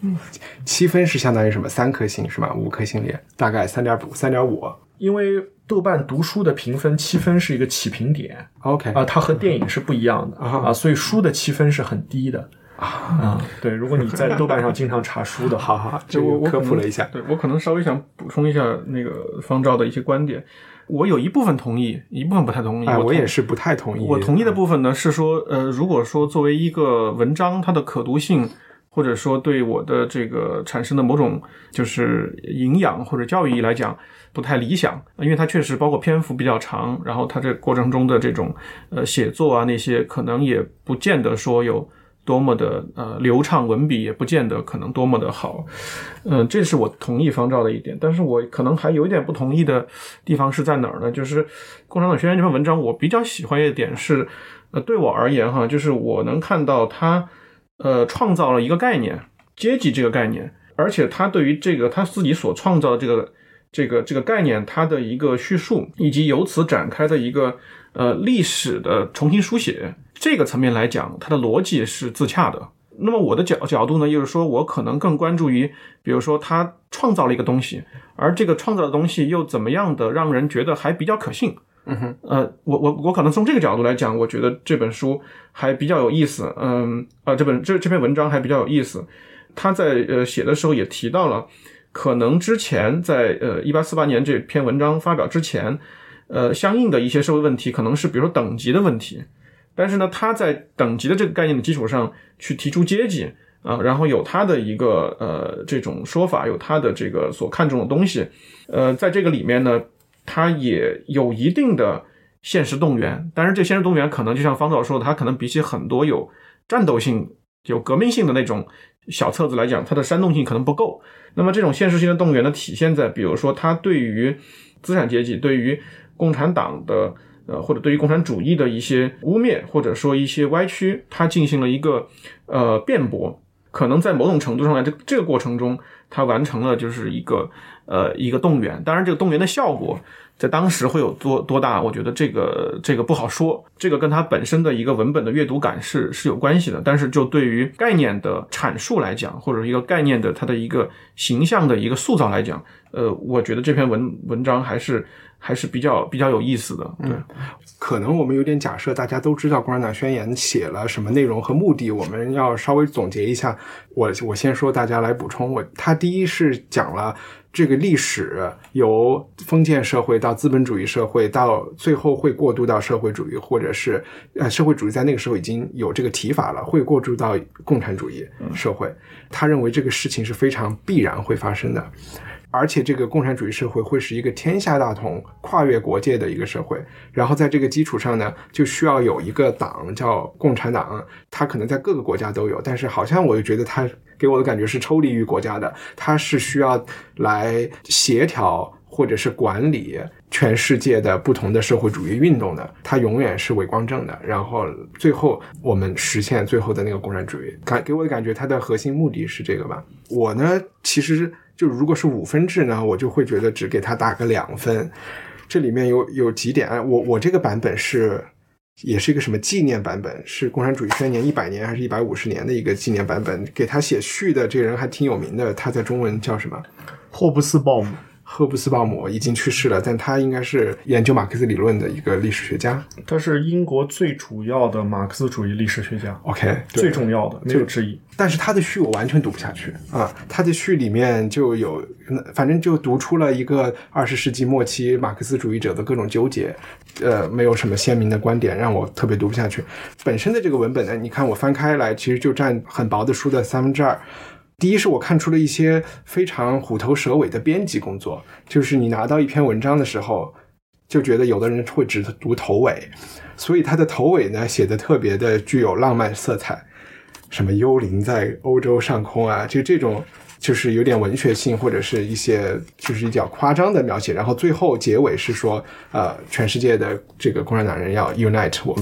7分是相当于什么？3颗星是吗？5颗星里大概3.5。 因为豆瓣读书的评分7分是一个起评点。 OK， 它和电影是不一样的所以书的7分是很低的。对，如果你在豆瓣上经常查书的， 好，这我科普了一下。 对，我可能稍微想补充一下那个方照的一些观点。我有一部分同意，一部分不太同意。 我也是不太同意。 我同意的部分呢是说，如果说作为一个文章，它的可读性，或者说对我的这个产生的某种就是营养或者教育意义来讲，不太理想，因为它确实包括篇幅比较长，然后它这过程中的这种写作啊那些，可能也不见得说有多么的流畅，文笔也不见得可能多么的好。这是我同意方照的一点，但是我可能还有一点不同意的地方是在哪儿呢？就是《共产党宣言》这篇文章我比较喜欢一点是对我而言就是我能看到它创造了一个概念，阶级这个概念，而且他对于这个他自己所创造的这个概念，它的一个叙述，以及由此展开的一个历史的重新书写，这个层面来讲，它的逻辑是自洽的。那么我的角度呢，就是说我可能更关注于，比如说他创造了一个东西，而这个创造的东西又怎么样的让人觉得还比较可信。我可能从这个角度来讲，我觉得这本书还比较有意思。这篇文章还比较有意思。他在写的时候也提到了，可能之前在1848年这篇文章发表之前，相应的一些社会问题可能是比如说等级的问题，但是呢，他在等级的这个概念的基础上去提出阶级然后有他的一个这种说法，有他的这个所看重的东西。在这个里面呢，他也有一定的现实动员，但是这现实动员可能就像方照说的，他可能比起很多有战斗性、有革命性的那种小册子来讲，它的煽动性可能不够。那么这种现实性的动员呢，体现在比如说他对于资产阶级、对于共产党的或者对于共产主义的一些污蔑，或者说一些歪曲，他进行了一个辩驳。可能在某种程度上来，这个过程中，他完成了就是一个动员。当然，这个动员的效果在当时会有多大，我觉得这个不好说。这个跟他本身的一个文本的阅读感是有关系的。但是就对于概念的阐述来讲，或者一个概念的它的一个形象的一个塑造来讲，我觉得这篇文章还是比较有意思的。对， 可能我们有点假设大家都知道共产党宣言写了什么内容和目的，我们要稍微总结一下。我先说，大家来补充。他第一是讲了这个历史由封建社会到资本主义社会，到最后会过渡到社会主义，或者是社会主义在那个时候已经有这个提法了，会过渡到共产主义社会。他认为这个事情是非常必然会发生的，而且这个共产主义社会会是一个天下大同、跨越国界的一个社会。然后在这个基础上呢，就需要有一个党叫共产党，它可能在各个国家都有，但是好像我就觉得它给我的感觉是抽离于国家的，它是需要来协调或者是管理全世界的不同的社会主义运动的，它永远是伪光正的。然后最后我们实现最后的那个共产主义，给我的感觉它的核心目的是这个吧。我呢，其实就如果是5分制呢，我就会觉得只给它打个2分。这里面有几点，我这个版本也是一个什么纪念版本，是共产主义宣言100年还是150年的一个纪念版本。给他写序的这个人还挺有名的，他在中文叫什么？ 霍布斯鲍姆。 赫布斯鲍姆已经去世了，但他应该是研究马克思理论的一个历史学家。 他是英国最主要的马克思主义历史学家。 OK， 最重要的，没有之一。 但是他的序我完全读不下去啊！他的序里面就有，反正就读出了一个20世纪末期马克思主义者的各种纠结，没有什么鲜明的观点，让我特别读不下去。本身的这个文本呢，你看我翻开来，其实就占很薄的书的2/3。第一是我看出了一些非常虎头蛇尾的编辑工作，就是你拿到一篇文章的时候，就觉得有的人会只读头尾，所以他的头尾呢写的特别的具有浪漫色彩，什么幽灵在欧洲上空啊，就这种就是有点文学性，或者是一些就是比较夸张的描写。然后最后结尾是说全世界的这个共产党人要 unite， 我们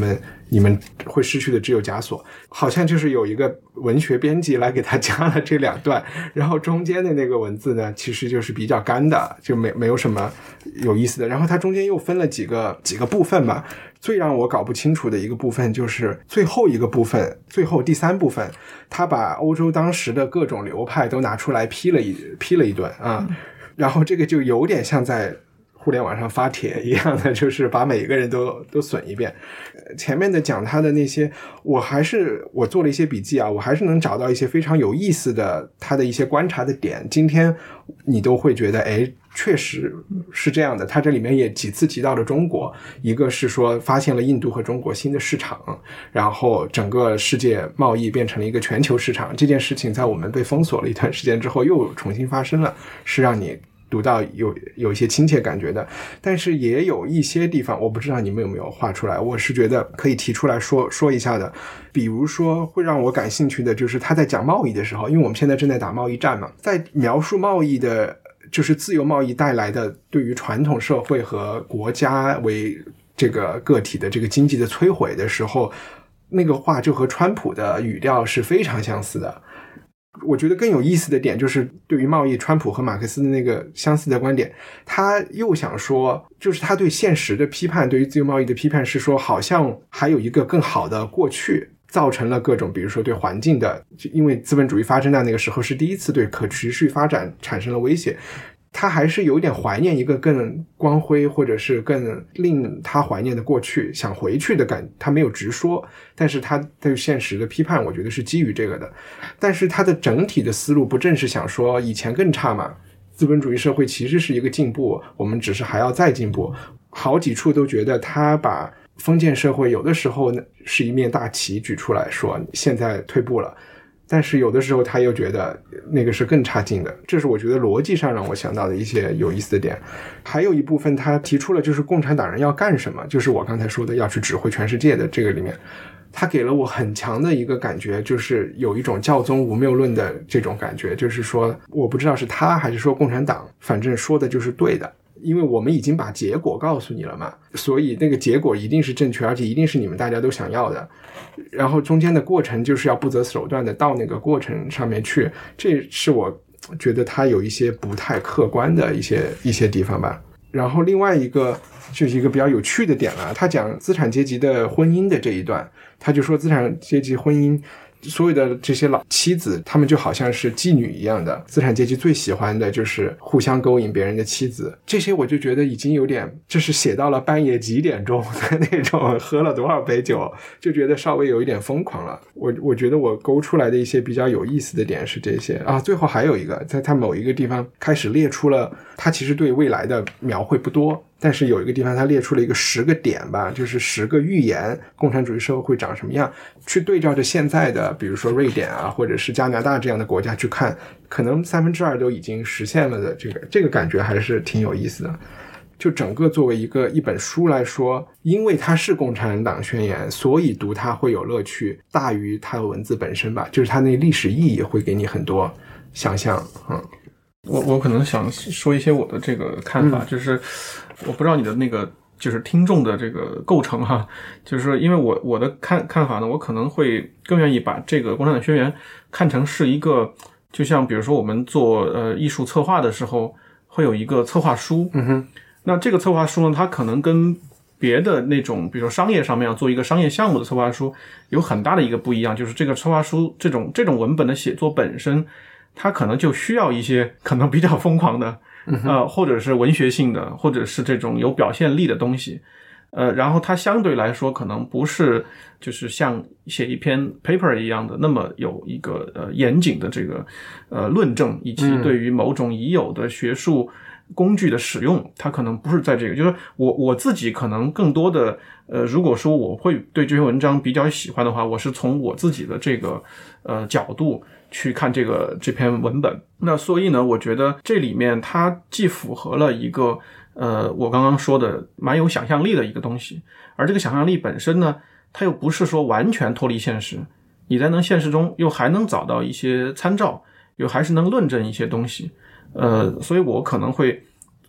你们会失去的只有枷锁。好像就是有一个文学编辑来给他加了这2段，然后中间的那个文字呢其实就是比较干的，就没有什么有意思的。然后它中间又分了几个部分吧，最让我搞不清楚的一个部分就是最后一个部分，最后第3部分，他把欧洲当时的各种流派都拿出来批了一顿啊，然后这个就有点像在互联网上发帖一样的，就是把每一个人都损一遍。前面的讲他的那些，我做了一些笔记啊，我还是能找到一些非常有意思的他的一些观察的点。今天你都会觉得，哎，确实是这样的。他这里面也几次提到了中国，一个是说发现了印度和中国新的市场，然后整个世界贸易变成了一个全球市场。这件事情在我们被封锁了一段时间之后又重新发生了，是让你读到有一些亲切感觉的。但是也有一些地方我不知道你们有没有画出来，我是觉得可以提出来说一下的。比如说会让我感兴趣的就是他在讲贸易的时候，因为我们现在正在打贸易战嘛，在描述贸易的就是自由贸易带来的对于传统社会和国家为这个个体的这个经济的摧毁的时候，那个话就和川普的语调是非常相似的。我觉得更有意思的点就是对于贸易，川普和马克思的那个相似的观点，他又想说，就是他对现实的批判，对于自由贸易的批判是说，好像还有一个更好的过去，造成了各种比如说对环境的，因为资本主义发生在那个时候是第一次对可持续发展产生了威胁。他还是有点怀念一个更光辉或者是更令他怀念的过去，想回去的感，他没有直说，但是他对现实的批判我觉得是基于这个的。但是他的整体的思路不正是想说以前更差嘛，资本主义社会其实是一个进步，我们只是还要再进步。好几处都觉得他把封建社会有的时候是一面大旗举出来说现在退步了，但是有的时候他又觉得那个是更差劲的，这是我觉得逻辑上让我想到的一些有意思的点。还有一部分他提出了就是共产党人要干什么，就是我刚才说的要去指挥全世界的这个里面，他给了我很强的一个感觉，就是有一种教宗无谬论的这种感觉，就是说我不知道是他还是说共产党，反正说的就是对的，因为我们已经把结果告诉你了嘛，所以那个结果一定是正确，而且一定是你们大家都想要的，然后中间的过程就是要不择手段的到那个过程上面去，这是我觉得它有一些不太客观的一些地方吧。然后另外一个就是一个比较有趣的点了，他讲资产阶级的婚姻的这一段，他就说资产阶级婚姻所有的这些老妻子，他们就好像是妓女一样的，资产阶级最喜欢的就是互相勾引别人的妻子。这些我就觉得已经有点就是写到了半夜几点钟的那种，喝了多少杯酒，就觉得稍微有一点疯狂了。我觉得我勾出来的一些比较有意思的点是这些啊。最后还有一个，在他某一个地方开始列出了，他其实对未来的描绘不多，但是有一个地方他列出了一个10个点吧，就是10个预言共产主义社会会长什么样，去对照着现在的比如说瑞典啊或者是加拿大这样的国家去看，可能2/3都已经实现了的，这个感觉还是挺有意思的。就整个作为一本书来说，因为它是共产党宣言，所以读它会有乐趣大于它的文字本身吧，就是它那历史意义会给你很多想象。 我可能想说一些我的这个看法，就是我不知道你的那个就是听众的这个构成哈，就是说因为我的看法呢，我可能会更愿意把这个共产党宣言看成是一个，就像比如说我们做艺术策划的时候会有一个策划书，那这个策划书呢，它可能跟别的那种比如说商业上面要做一个商业项目的策划书有很大的一个不一样，就是这个策划书这种文本的写作本身，它可能就需要一些可能比较疯狂的或者是文学性的，或者是这种有表现力的东西，然后它相对来说可能不是就是像写一篇 paper 一样的那么有一个严谨的这个论证，以及对于某种已有的学术工具的使用，它可能不是在这个，就是我自己可能更多的如果说我会对这篇文章比较喜欢的话，我是从我自己的这个角度去看这篇文本。那所以呢，我觉得这里面它既符合了一个我刚刚说的蛮有想象力的一个东西，而这个想象力本身呢，它又不是说完全脱离现实，你在现实中又还能找到一些参照，又还是能论证一些东西。所以我可能会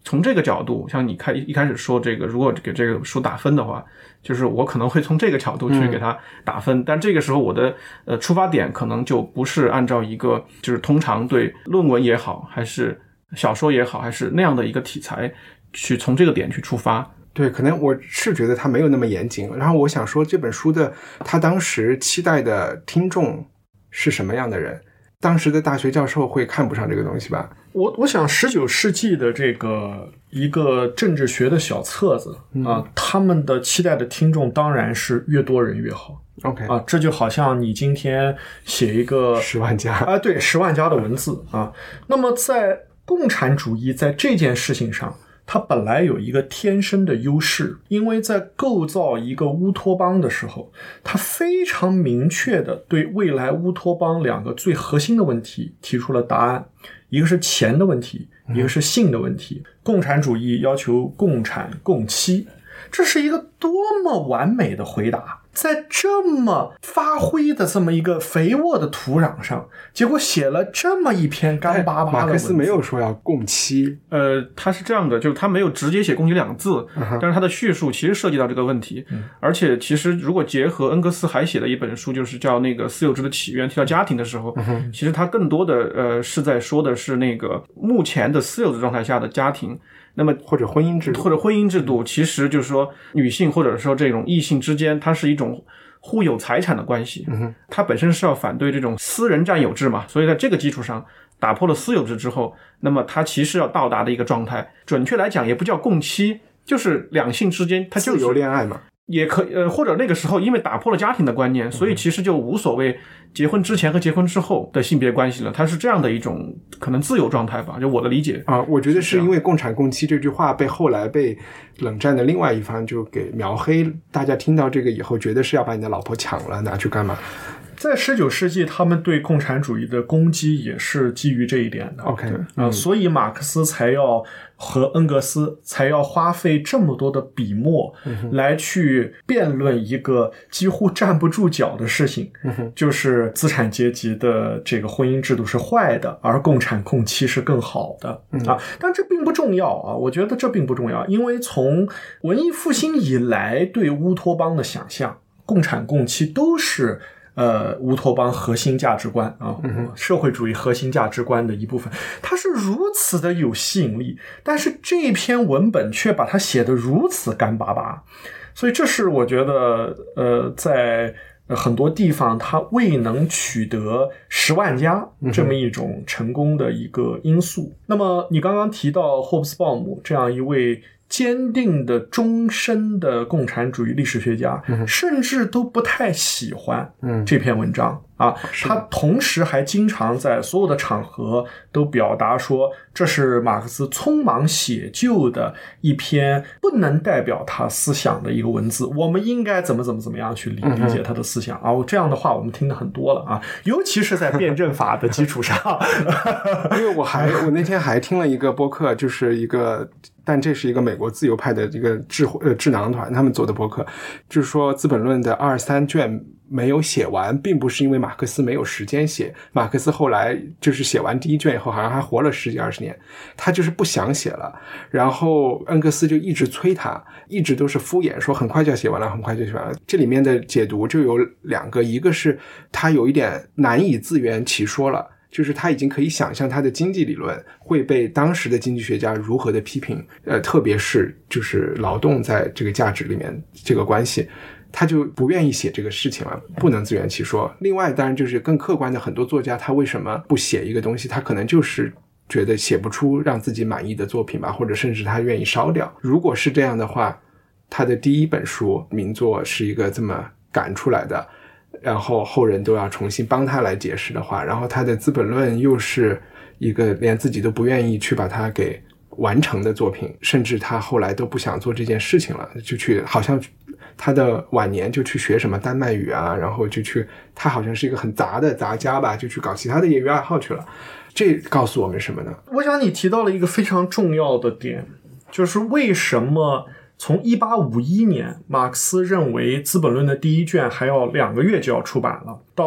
从这个角度，像你一开始说这个，如果给这个书打分的话，就是我可能会从这个角度去给它打分，但这个时候我的出发点可能就不是按照一个就是通常对论文也好，还是小说也好，还是那样的一个题材去从这个点去出发。 对，可能我是觉得他没有那么严谨。然后我想说，这本书的他当时期待的听众是什么样的人？当时的大学教授会看不上这个东西吧？ 我想19世纪的这个一个政治学的小册子他们的期待的听众当然是越多人越好。 OK 这就好像你今天写一个 10万加对10万加的文字那么在共产主义在这件事情上，它本来有一个天生的优势，因为在构造一个乌托邦的时候，它非常明确的对未来乌托邦2个最核心的问题提出了答案，一个是钱的问题，一个是性的问题。共产主义要求共产共妻，这是一个多么完美的回答，在这么发挥的这么一个肥沃的土壤上，结果写了这么一篇干巴巴的文字。 马克思没有说要共妻， 他是这样的，就是他没有直接写共妻2个字，但是他的叙述其实涉及到这个问题，而且其实如果结合恩格斯还写了一本书，就是叫那个私有制的起源，提到家庭的时候，其实他更多的是在说的是那个目前的私有制状态下的家庭。那么或者婚姻制度， 其实就是说女性或者说这种异性之间，它是一种互有财产的关系，它本身是要反对这种私人占有制嘛，所以在这个基础上打破了私有制之后，那么它其实要到达的一个状态，准确来讲也不叫共妻，就是两性之间它就是自由恋爱嘛， 也可或者那个时候因为打破了家庭的观念，所以其实就无所谓结婚之前和结婚之后的性别关系了，它是这样的一种可能自由状态吧，就我的理解我觉得是因为共产共妻这句话后来被冷战的另外一方就给描黑，大家听到这个以后觉得是要把你的老婆抢了拿去干嘛。 在19世纪他们对共产主义的攻击也是基于这一点的。 OK 所以马克思才要和恩格斯才要花费这么多的笔墨来去辩论一个几乎站不住脚的事情，就是资产阶级的这个婚姻制度是坏的，而共产共妻是更好的但这并不重要我觉得这并不重要，因为从文艺复兴以来对乌托邦的想象，共产共妻都是乌托邦核心价值观社会主义核心价值观的一部分，它是如此的有吸引力，但是这篇文本却把它写得如此干巴巴，所以这是我觉得在很多地方它未能取得10万加这么一种成功的一个因素。那么你刚刚提到霍布斯鲍姆这样一位坚定的终身的共产主义历史学家，甚至都不太喜欢这篇文章他同时还经常在所有的场合都表达说，这是马克思匆忙写就的一篇不能代表他思想的一个文字，我们应该怎么样去理解他的思想这样的话我们听得很多了尤其是在辩证法的基础上因为我那天还听了一个播客，就是一个但这是一个美国自由派的一个智囊团他们做的播客，就是说资本论的2、3卷没有写完，并不是因为马克思没有时间写，马克思后来就是写完第1卷以后好像还活了10几20年，他就是不想写了，然后恩格斯就一直催他，一直都是敷衍说很快就要写完了，很快就写完了。这里面的解读就有2个，一个是他有一点难以自圆其说了，就是他已经可以想象他的经济理论会被当时的经济学家如何的批评，特别是就是劳动在这个价值里面这个关系，他就不愿意写这个事情了，不能自圆其说。另外当然就是更客观的，很多作家他为什么不写一个东西，他可能就是觉得写不出让自己满意的作品吧，或者甚至他愿意烧掉。如果是这样的话，他的第1本书名作是一个这么赶出来的，然后后人都要重新帮他来解释的话，然后他的资本论又是一个连自己都不愿意去把它给完成的作品，甚至他后来都不想做这件事情了，就去好像他的晚年就去学什么丹麦语然后就去，他好像是一个很杂的杂家吧，就去搞其他的业余爱好去了。这告诉我们什么呢？ 我想你提到了一个非常重要的点，就是为什么从1851年马克思认为资本论的第1卷还要2个月就要出版了，到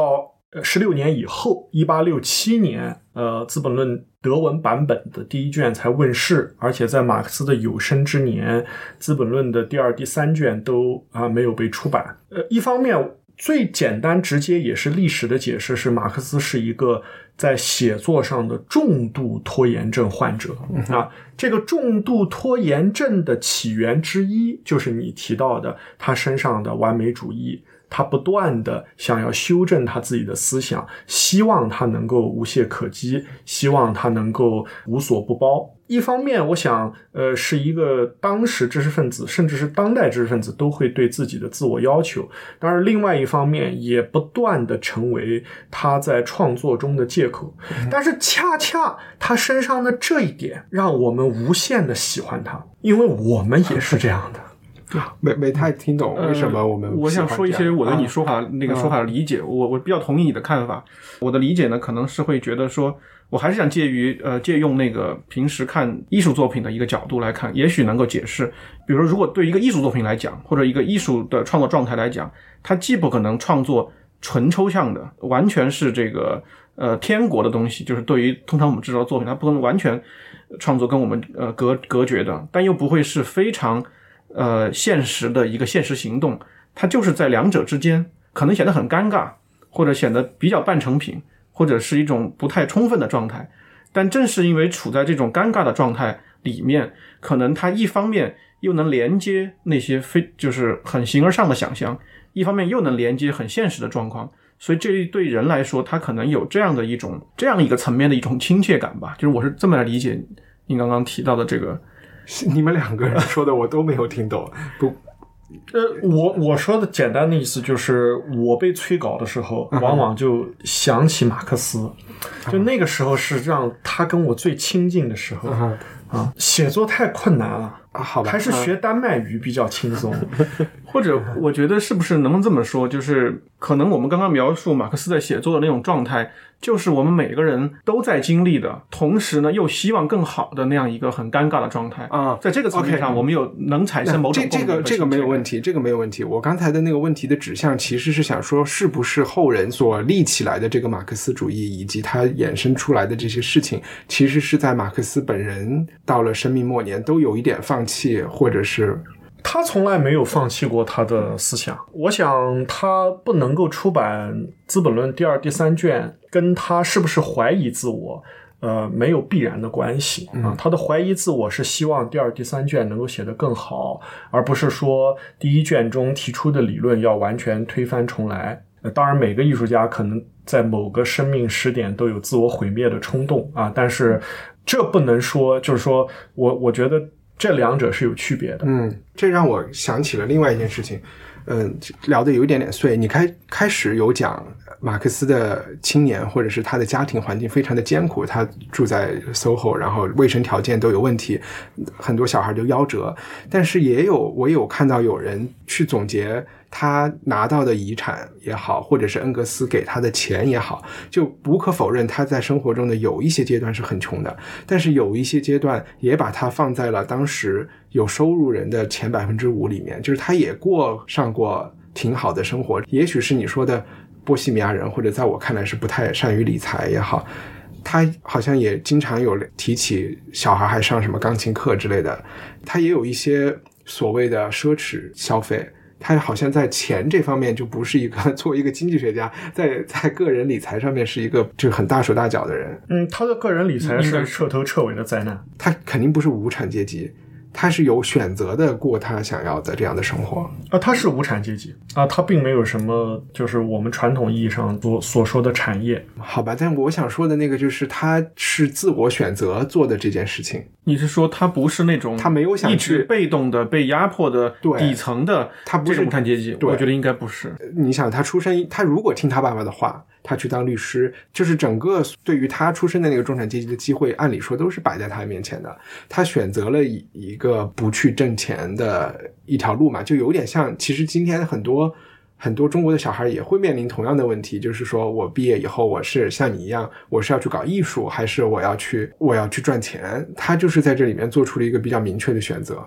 16年以后，1867年，《资本论》德文版本的第一卷才问世，而且在马克思的有生之年，《资本论》的第2、第3卷都没有被出版。一方面，最简单直接也是历史的解释是，马克思是一个在写作上的重度拖延症患者这个重度拖延症的起源之一，就是你提到的他身上的完美主义。他不断的想要修正他自己的思想，希望他能够无懈可击，希望他能够无所不包。一方面我想是一个当时知识分子甚至是当代知识分子都会对自己的自我要求，当然另外一方面也不断的成为他在创作中的借口。但是恰恰他身上的这一点让我们无限的喜欢他，因为我们也是这样的。 没太听懂为什么我们我想说一些我对你说法那个说法的理解，我比较同意你的看法。我的理解呢，可能是会觉得说，我还是想借用那个平时看艺术作品的一个角度来看，也许能够解释。比如说，如果对一个艺术作品来讲，或者一个艺术的创作状态来讲，它既不可能创作纯抽象的，完全是这个天国的东西，就是对于通常我们知道的作品，它不能完全创作跟我们隔绝的，但又不会是非常现实的一个现实行动，它就是在两者之间，可能显得很尴尬，或者显得比较半成品，或者是一种不太充分的状态。但正是因为处在这种尴尬的状态里面，可能它一方面又能连接那些就是很形而上的想象，一方面又能连接很现实的状况，所以这对人来说，它可能有这样一个层面的一种亲切感吧。就是我是这么来理解您刚刚提到的这个。 你们两个人说的我都没有听懂。不， 我说的简单的意思就是，我被催稿的时候，往往就想起马克思，就那个时候是让他跟我最亲近的时候写作太困难了好吧， 还是学丹麦语比较轻松。 或者我觉得是不是能这么说，就是可能我们刚刚描述马克思在写作的那种状态，就是我们每个人都在经历的，同时呢又希望更好的那样一个很尴尬的状态在这个层面上我们有能产生某种共鸣。 这个没有问题，这个没有问题。我刚才的那个问题的指向其实是想说，是不是后人所立起来的这个马克思主义以及它衍生出来的这些事情，其实是在马克思本人到了生命末年都有一点放弃，或者是他从来没有放弃过他的思想。我想他不能够出版《资本论》第2、第3卷，跟他是不是怀疑自我没有必然的关系他的怀疑自我是希望第2、第3卷能够写得更好，而不是说第一卷中提出的理论要完全推翻重来。当然每个艺术家可能在某个生命时点都有自我毁灭的冲动但是这不能说，就是说我觉得这两者是有区别的。 这让我想起了另外一件事情。聊得有一点点碎。你开始有讲马克思的青年或者是他的家庭环境非常的艰苦，他住在 SOHO， 然后卫生条件都有问题，很多小孩就夭折。但是我有看到有人去总结他拿到的遗产也好，或者是恩格斯给他的钱也好，就无可否认他在生活中的有一些阶段是很穷的，但是有一些阶段也把他放在了当时有收入人的前 5% 里面，就是他也过上过挺好的生活。也许是你说的波西米亚人，或者在我看来是不太善于理财也好，他好像也经常有提起小孩还上什么钢琴课之类的，他也有一些所谓的奢侈消费。他好像在钱这方面就不是一个作为一个经济学家在个人理财上面是一个就是很大手大脚的人。 他的个人理财是彻头彻尾的灾难。 他肯定不是无产阶级，他是有选择的过他想要的这样的生活他是无产阶级他并没有什么就是我们传统意义上所说的产业。 好吧，但我想说的那个就是他是自我选择做的这件事情。 你是说他不是那种他没有想一直被动的被压迫的底层的他不是无产阶级？我觉得应该不是。 你想他如果听他爸爸的话，他去当律师，就是整个对于他出身的那个中产阶级的机会按理说都是摆在他面前的，他选择了一个不去挣钱的一条路嘛，就有点像其实今天很多中国的小孩也会面临同样的问题，就是说我毕业以后我是像你一样，我是要去搞艺术还是我要去赚钱。他就是在这里面做出了一个比较明确的选择。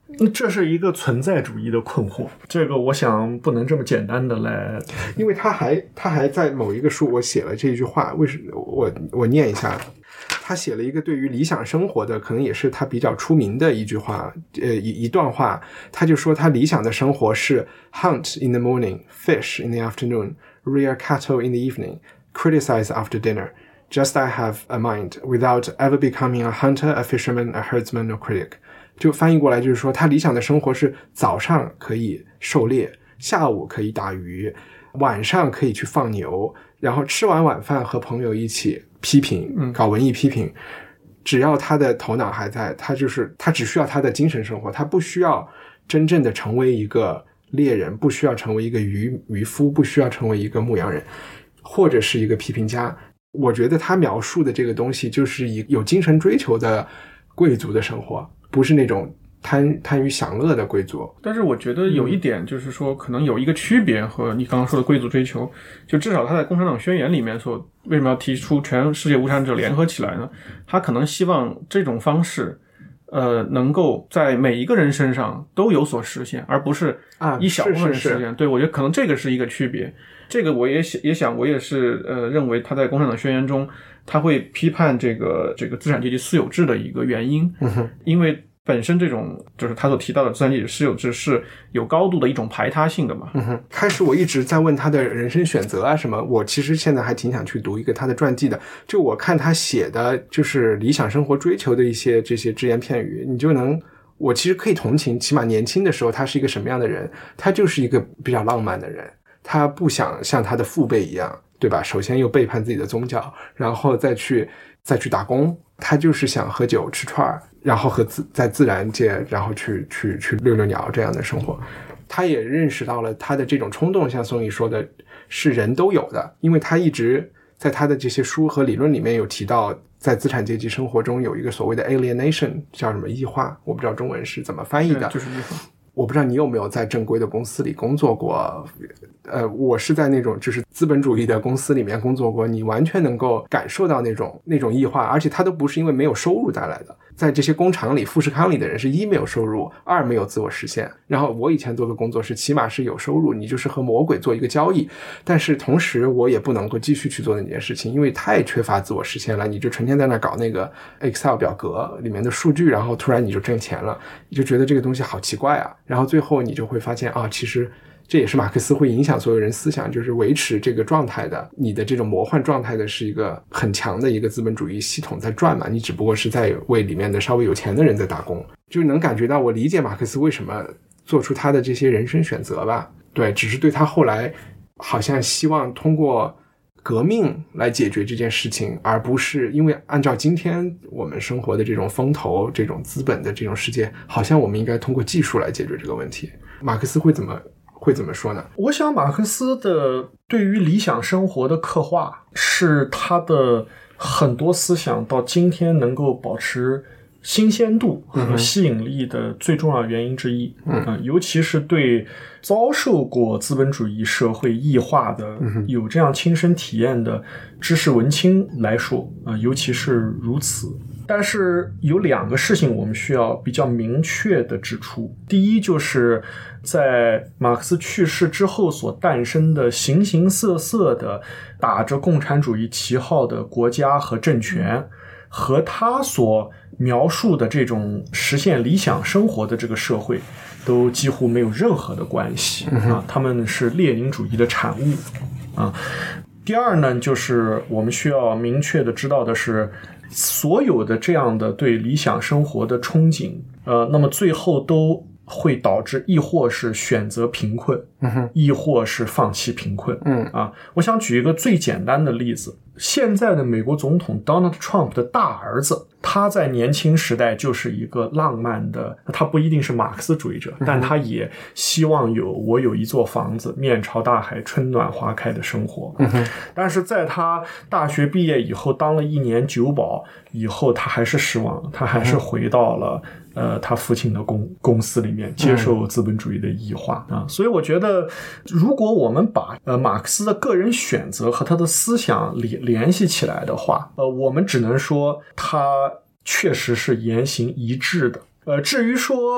这是一个存在主义的困惑，这个我想不能这么简单的来， 因为他还在某一个书我写了这句话，为什么我念一下。他写了一个对于理想生活的，可能也是他比较出名的一句话，一段话，他就说他理想的生活是 hunt in the morning, fish in the afternoon, rear cattle in the evening, criticize after dinner. Just I have a mind, without ever becoming a hunter, a fisherman, a herdsman, or critic. 就翻译过来就是说，他理想的生活是早上可以狩猎，下午可以打鱼，晚上可以去放牛，然后吃完晚饭和朋友一起批评，搞文艺批评。只要他的头脑还在，他只需要他的精神生活，他不需要真正的成为一个猎人，不需要成为一个渔夫，不需要成为一个牧羊人，或者是一个批评家。我觉得他描述的这个东西就是有精神追求的贵族的生活，不是那种贪于享乐的贵族。 但是我觉得有一点就是说，可能有一个区别和你刚刚说的贵族追求，就至少他在共产党宣言里面为什么要提出全世界无产者联合起来呢？他可能希望这种方式能够在每一个人身上都有所实现，而不是一小部分人实现。对，我觉得可能这个是一个区别。这个我也想，我也是认为他在共产党宣言中他会批判这个资产阶级私有制的一个原因，因为本身这种就是他所提到的资产阶级私有制是有高度的一种排他性的嘛。 开始我一直在问他的人生选择啊什么，我其实现在还挺想去读一个他的传记的。就我看他写的就是理想生活追求的一些这些只言片语，我其实可以同情，起码年轻的时候他是一个什么样的人，他就是一个比较浪漫的人，他不想像他的父辈一样，对吧？首先又背叛自己的宗教，然后再去打工，他就是想喝酒吃串，然后在自然界，然后去遛鸟这样的生活。他也认识到了他的这种冲动，像宋毅说的，是人都有的，因为他一直在他的这些书和理论里面有提到，在资产阶级生活中有一个所谓的 alienation， 叫什么异化，我不知道中文是怎么翻译的， 就是异化。 我不知道你有没有在正规的公司里工作过，我是在那种就是资本主义的公司里面工作过，你完全能够感受到那种异化，而且它都不是因为没有收入带来的。在这些工厂里，富士康里的人是一没有收入，二没有自我实现。然后我以前做的工作是起码是有收入，你就是和魔鬼做一个交易，但是同时我也不能够继续去做那件事情，因为太缺乏自我实现了，你就成天在那搞那个 Excel 表格里面的数据，然后突然你就挣钱了，你就觉得这个东西好奇怪啊。然后最后你就会发现其实这也是马克思会影响所有人思想，就是维持这个状态的，你的这种魔幻状态的是一个很强的一个资本主义系统在转嘛，你只不过是在为里面的稍微有钱的人在打工，就能感觉到我理解马克思为什么做出他的这些人生选择吧。对，只是对他后来好像希望通过革命来解决这件事情，而不是因为按照今天我们生活的这种风投这种资本的这种世界，好像我们应该通过技术来解决这个问题。马克思会怎么说呢？ 我想马克思的对于理想生活的刻画是他的很多思想到今天能够保持新鲜度和吸引力的最重要原因之一。尤其是对遭受过资本主义社会异化的有这样亲身体验的知识文青来说，尤其是如此。但是有两个事情我们需要比较明确的指出。第一，就是在马克思去世之后所诞生的形形色色的打着共产主义旗号的国家和政权，和他所描述的这种实现理想生活的这个社会都几乎没有任何的关系他们是列宁主义的产物第二呢，就是我们需要明确的知道的是，所有的这样的对理想生活的憧憬那么最后都会导致亦或是选择贫困亦或是放弃贫困我想举一个最简单的例子，现在的美国总统 Donald Trump 的大儿子，他在年轻时代就是一个浪漫的，他不一定是马克思主义者但他也希望我有一座房子，面朝大海，春暖花开的生活但是在他大学毕业以后，当了1年酒保以后，他还是失望，他还是回到了他父亲的公司里面接受资本主义的异化所以我觉得如果我们把马克思的个人选择和他的思想联系起来的话我们只能说他确实是言行一致的至于说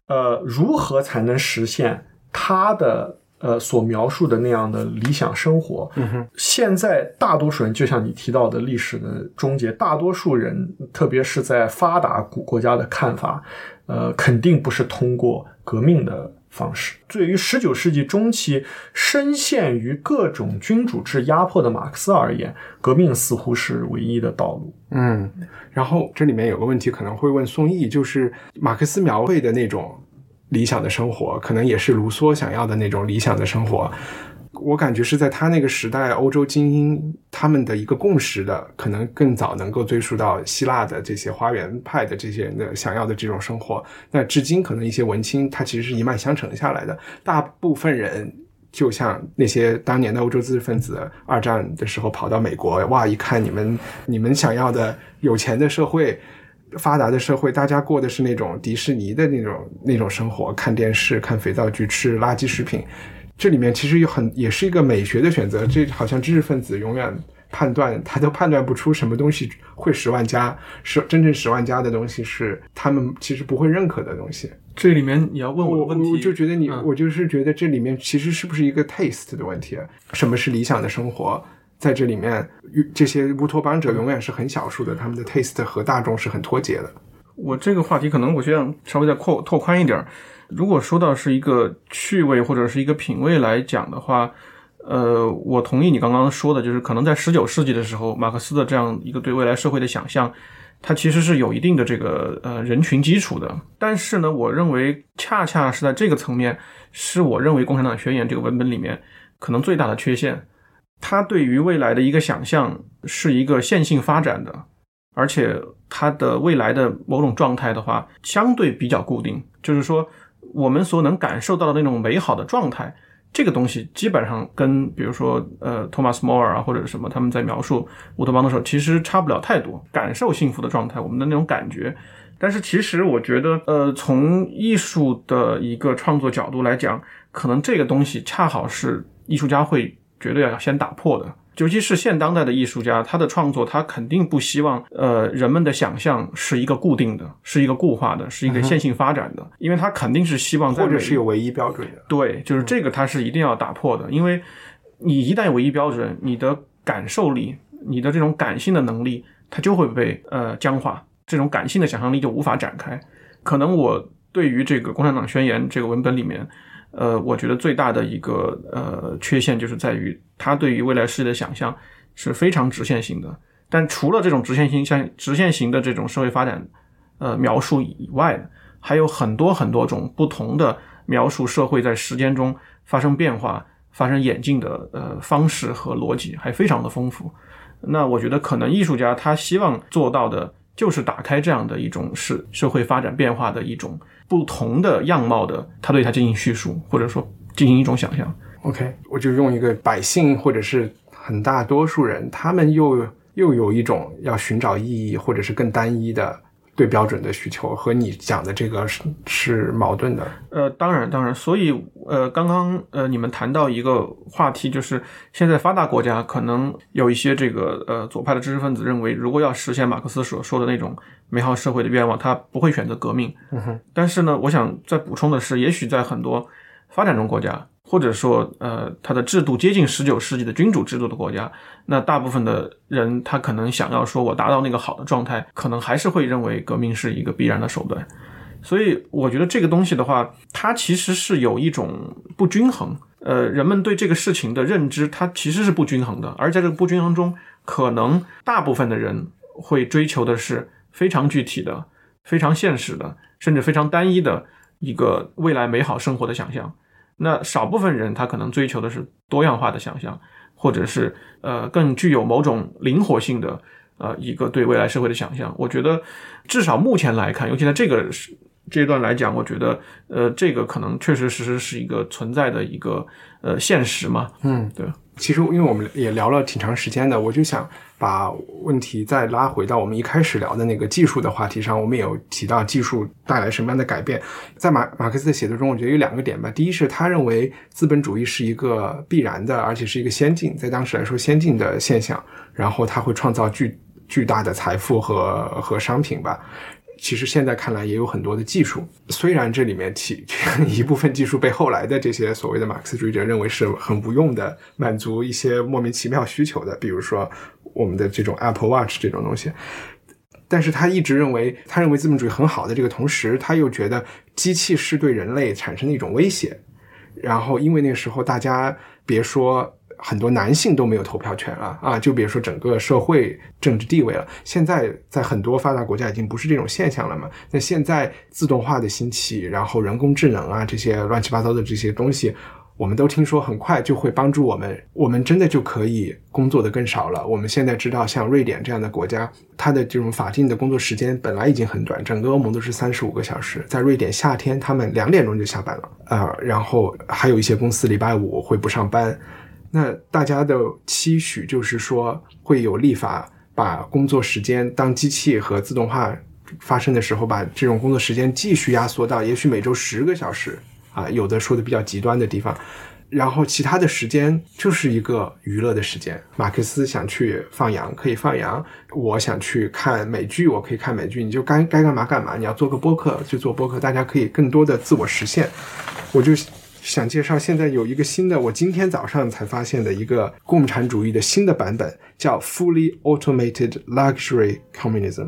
如何才能实现他的所描述的那样的理想生活。现在大多数人就像你提到的历史的终结，大多数人特别是在发达国家的看法肯定不是通过革命的方式。对于19世纪中期深陷于各种君主制压迫的马克思而言，革命似乎是唯一的道路。 然后这里面有个问题可能会问宋毅，就是马克思描绘的那种理想的生活可能也是卢梭想要的那种理想的生活，我感觉是在他那个时代欧洲精英他们的一个共识的，可能更早能够追溯到希腊的这些花园派的这些人的想要的这种生活。那至今可能一些文青他其实是一脉相承下来的，大部分人就像那些当年的欧洲知识分子二战的时候跑到美国，哇，一看你们想要的有钱的社会发达的社会，大家过的是那种迪士尼的那种生活，看电视看肥皂剧吃垃圾食品。这里面其实也是一个美学的选择，这好像知识分子永远他都判断不出什么东西会10万加，真正10万加的东西是他们其实不会认可的东西。 这里面你要问我的问题， 我就觉得我就是觉得这里面其实是不是一个 taste 的问题，什么是理想的生活，在这里面这些乌托邦者永远是很少数的，他们的 taste 和大众是很脱节的。 我这个话题可能我需要稍微再拓宽一点。如果说到是一个趣味或者是一个品味来讲的话，我同意你刚刚说的，就是可能在19世纪的时候，马克思的这样一个对未来社会的想象，它其实是有一定的这个人群基础的。但是呢，我认为恰恰是在这个层面，是我认为共产党宣言这个文本里面可能最大的缺陷。它对于未来的一个想象是一个线性发展的，而且它的未来的某种状态的话相对比较固定，就是说我们所能感受到的那种美好的状态，这个东西基本上跟比如说托马斯摩尔啊或者什么他们在描述乌托邦的时候其实差不了太多，感受幸福的状态，我们的那种感觉。但是其实我觉得从艺术的一个创作角度来讲，可能这个东西恰好是艺术家会绝对要先打破的。尤其是现当代的艺术家，他的创作他肯定不希望人们的想象是一个固定的，是一个固化的，是一个线性发展的，因为他肯定是希望在或者是有唯一标准的。 对，就是这个他是一定要打破的，因为你一旦有唯一标准，你的感受力，你的这种感性的能力它就会被僵化，这种感性的想象力就无法展开。可能我对于这个共产党宣言这个文本里面我觉得最大的一个缺陷就是在于它对于未来世界的想象是非常直线型的。但除了这种直线型的这种社会发展描述以外，还有很多很多种不同的描述社会在时间中发生变化、发生演进的方式和逻辑，还非常的丰富。那我觉得可能艺术家他希望做到的就是打开这样的一种是社会发展变化的一种不同的样貌的，他对它进行叙述，或者说进行一种想象。 OK， 我就用一个百姓或者是很大多数人，他们又有一种要寻找意义或者是更单一的对标准的需求，和你讲的这个是矛盾的。 当然，所以刚刚你们谈到一个话题，就是现在发达国家可能有一些这个左派的知识分子认为，如果要实现马克思所说的那种美好社会的愿望，他不会选择革命。但是呢，我想再补充的是，也许在很多发展中国家，或者说它的制度接近19世纪的君主制度的国家，那大部分的人他可能想要说我达到那个好的状态，可能还是会认为革命是一个必然的手段。所以我觉得这个东西的话，它其实是有一种不均衡，人们对这个事情的认知它其实是不均衡的，而在这个不均衡中，可能大部分的人会追求的是非常具体的、非常现实的，甚至非常单一的一个未来美好生活的想象。那少部分人他可能追求的是多样化的想象，或者是更具有某种灵活性的一个对未来社会的想象。我觉得至少目前来看，尤其在这个阶段来讲，我觉得这个可能确实是一个存在的一个现实嘛。对。 其实因为我们也聊了挺长时间的，我就想把问题再拉回到我们一开始聊的那个技术的话题上。我们也有提到技术带来什么样的改变。在马克思的写作中，我觉得有2个点吧。第一是他认为资本主义是一个必然的，而且是一个先进，在当时来说先进的现象，然后他会创造巨大的财富和商品吧。 其实现在看来也有很多的技术，虽然这里面一部分技术被后来的这些所谓的马克思主义者认为是很无用的，满足一些莫名其妙需求的，比如说我们的这种 Apple Watch 这种东西。但是他一直认为资本主义很好的这个同时，他又觉得机器是对人类产生的一种威胁。然后因为那个时候大家别说很多男性都没有投票权了啊，就别说整个社会政治地位了，现在在很多发达国家已经不是这种现象了嘛。那现在自动化的兴起，然后人工智能啊这些乱七八糟的这些东西，我们都听说很快就会帮助我们真的就可以工作的更少了。我们现在知道像瑞典这样的国家，它的这种法定的工作时间本来已经很短，整个欧盟都是35个小时，在瑞典夏天他们2点钟就下班了然后还有一些公司礼拜5会不上班。那大家的期许就是说会有立法把工作时间，当机器和自动化发生的时候，把这种工作时间继续压缩到也许每周10个小时有的说的比较极端的地方，然后其他的时间就是一个娱乐的时间。马克思想去放羊可以放羊，我想去看美剧我可以看美剧，你就该干嘛干嘛，你要做个播客就做播客，大家可以更多的自我实现。我就想介绍现在有一个新的，我今天早上才发现的一个共产主义的新的版本，叫 Fully Automated Luxury Communism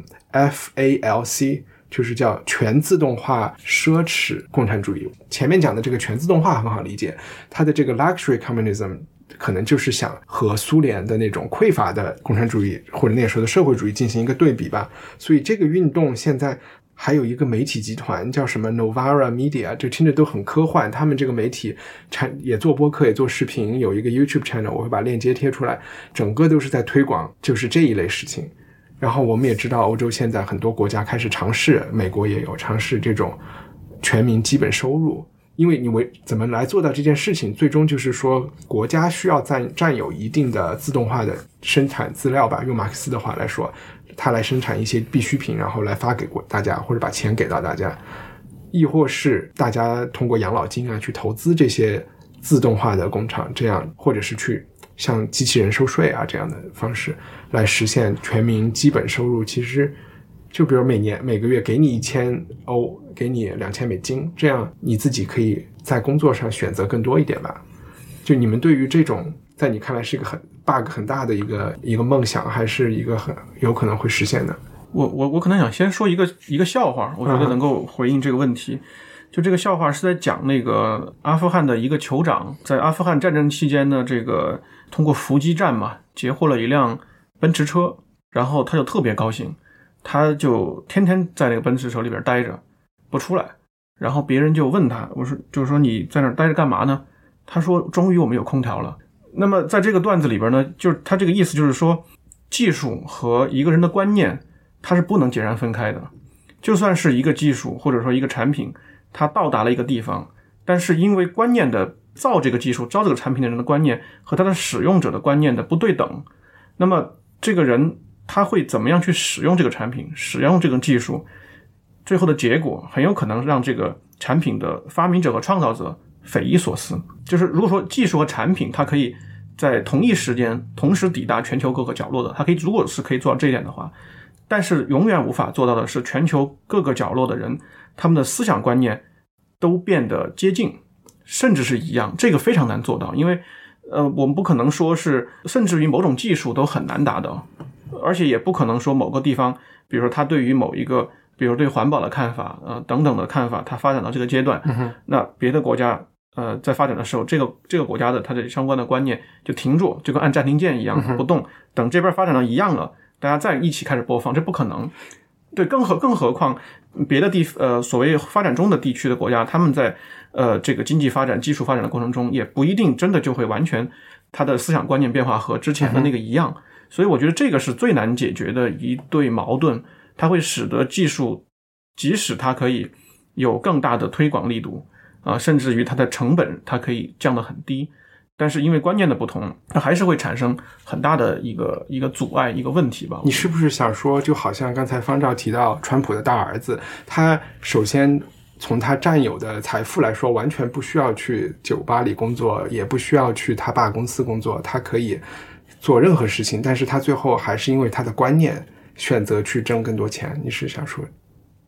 FALC，就是叫全自动化奢侈共产主义。前面讲的这个全自动化很好理解，它的这个 luxury communism 可能就是想和苏联的那种匮乏的共产主义或者那时候的社会主义进行一个对比吧。所以这个运动现在还有一个媒体集团叫什么 Novara Media， 就听着都很科幻，他们这个媒体也做播客也做视频，有一个 YouTube channel， 我会把链接贴出来，整个都是在推广就是这一类事情。然后我们也知道欧洲现在很多国家开始尝试，美国也有尝试这种全民基本收入。因为你怎么来做到这件事情，最终就是说国家需要占有一定的自动化的生产资料吧，用马克思的话来说，他来生产一些必需品，然后来发给大家，或者把钱给到大家，亦或是大家通过养老金去投资这些自动化的工厂，这样或者是去像机器人收税这样的方式来实现全民基本收入。其实就比如每个月给你1000欧，给你2000美金，这样你自己可以在工作上选择更多一点吧。就你们对于这种在你看来是一个bug 很大的一个梦想，还是一个很有可能会实现的？ 我可能想先说一个笑话，我觉得能够回应这个问题。就这个笑话是在讲那个阿富汗的一个酋长在阿富汗战争期间呢，这个通过伏击战嘛，截获了一辆奔驰车，然后他就特别高兴，他就天天在那个奔驰车里边待着不出来。然后别人就问他，就是说你在那儿待着干嘛呢？他说终于我们有空调了。那么在这个段子里边呢，就是他这个意思就是说，技术和一个人的观念它是不能截然分开的。就算是一个技术或者说一个产品它到达了一个地方，但是因为观念的造这个技术造这个产品的人的观念和他的使用者的观念的不对等，那么这个人他会怎么样去使用这个产品，使用这个技术，最后的结果很有可能让这个产品的发明者和创造者匪夷所思。就是如果说技术和产品它可以在同一时间同时抵达全球各个角落的，它如果是可以做到这一点的话，但是永远无法做到的是全球各个角落的人他们的思想观念都变得接近，甚至是一样，这个非常难做到。因为我们不可能说是甚至于某种技术都很难达到，而且也不可能说某个地方比如说他对于某一个比如对环保的看法等等的看法它发展到这个阶段，那别的国家在发展的时候这个国家的它的相关的观念就停住，就跟按暂停键一样不动，等这边发展到一样了大家再一起开始播放，这不可能。对，更何况别的所谓发展中的地区的国家，他们在这个经济发展技术发展的过程中也不一定真的就会完全他的思想观念变化和之前的那个一样，所以我觉得这个是最难解决的一对矛盾，它会使得技术即使它可以有更大的推广力度甚至于它的成本它可以降得很低，但是因为观念的不同，它还是会产生很大的一个阻碍，一个问题吧。 你是不是想说，就好像刚才方照提到川普的大儿子，他首先从他占有的财富来说完全不需要去酒吧里工作，也不需要去他爸公司工作，他可以做任何事情，但是他最后还是因为他的观念选择去挣更多钱，你是想说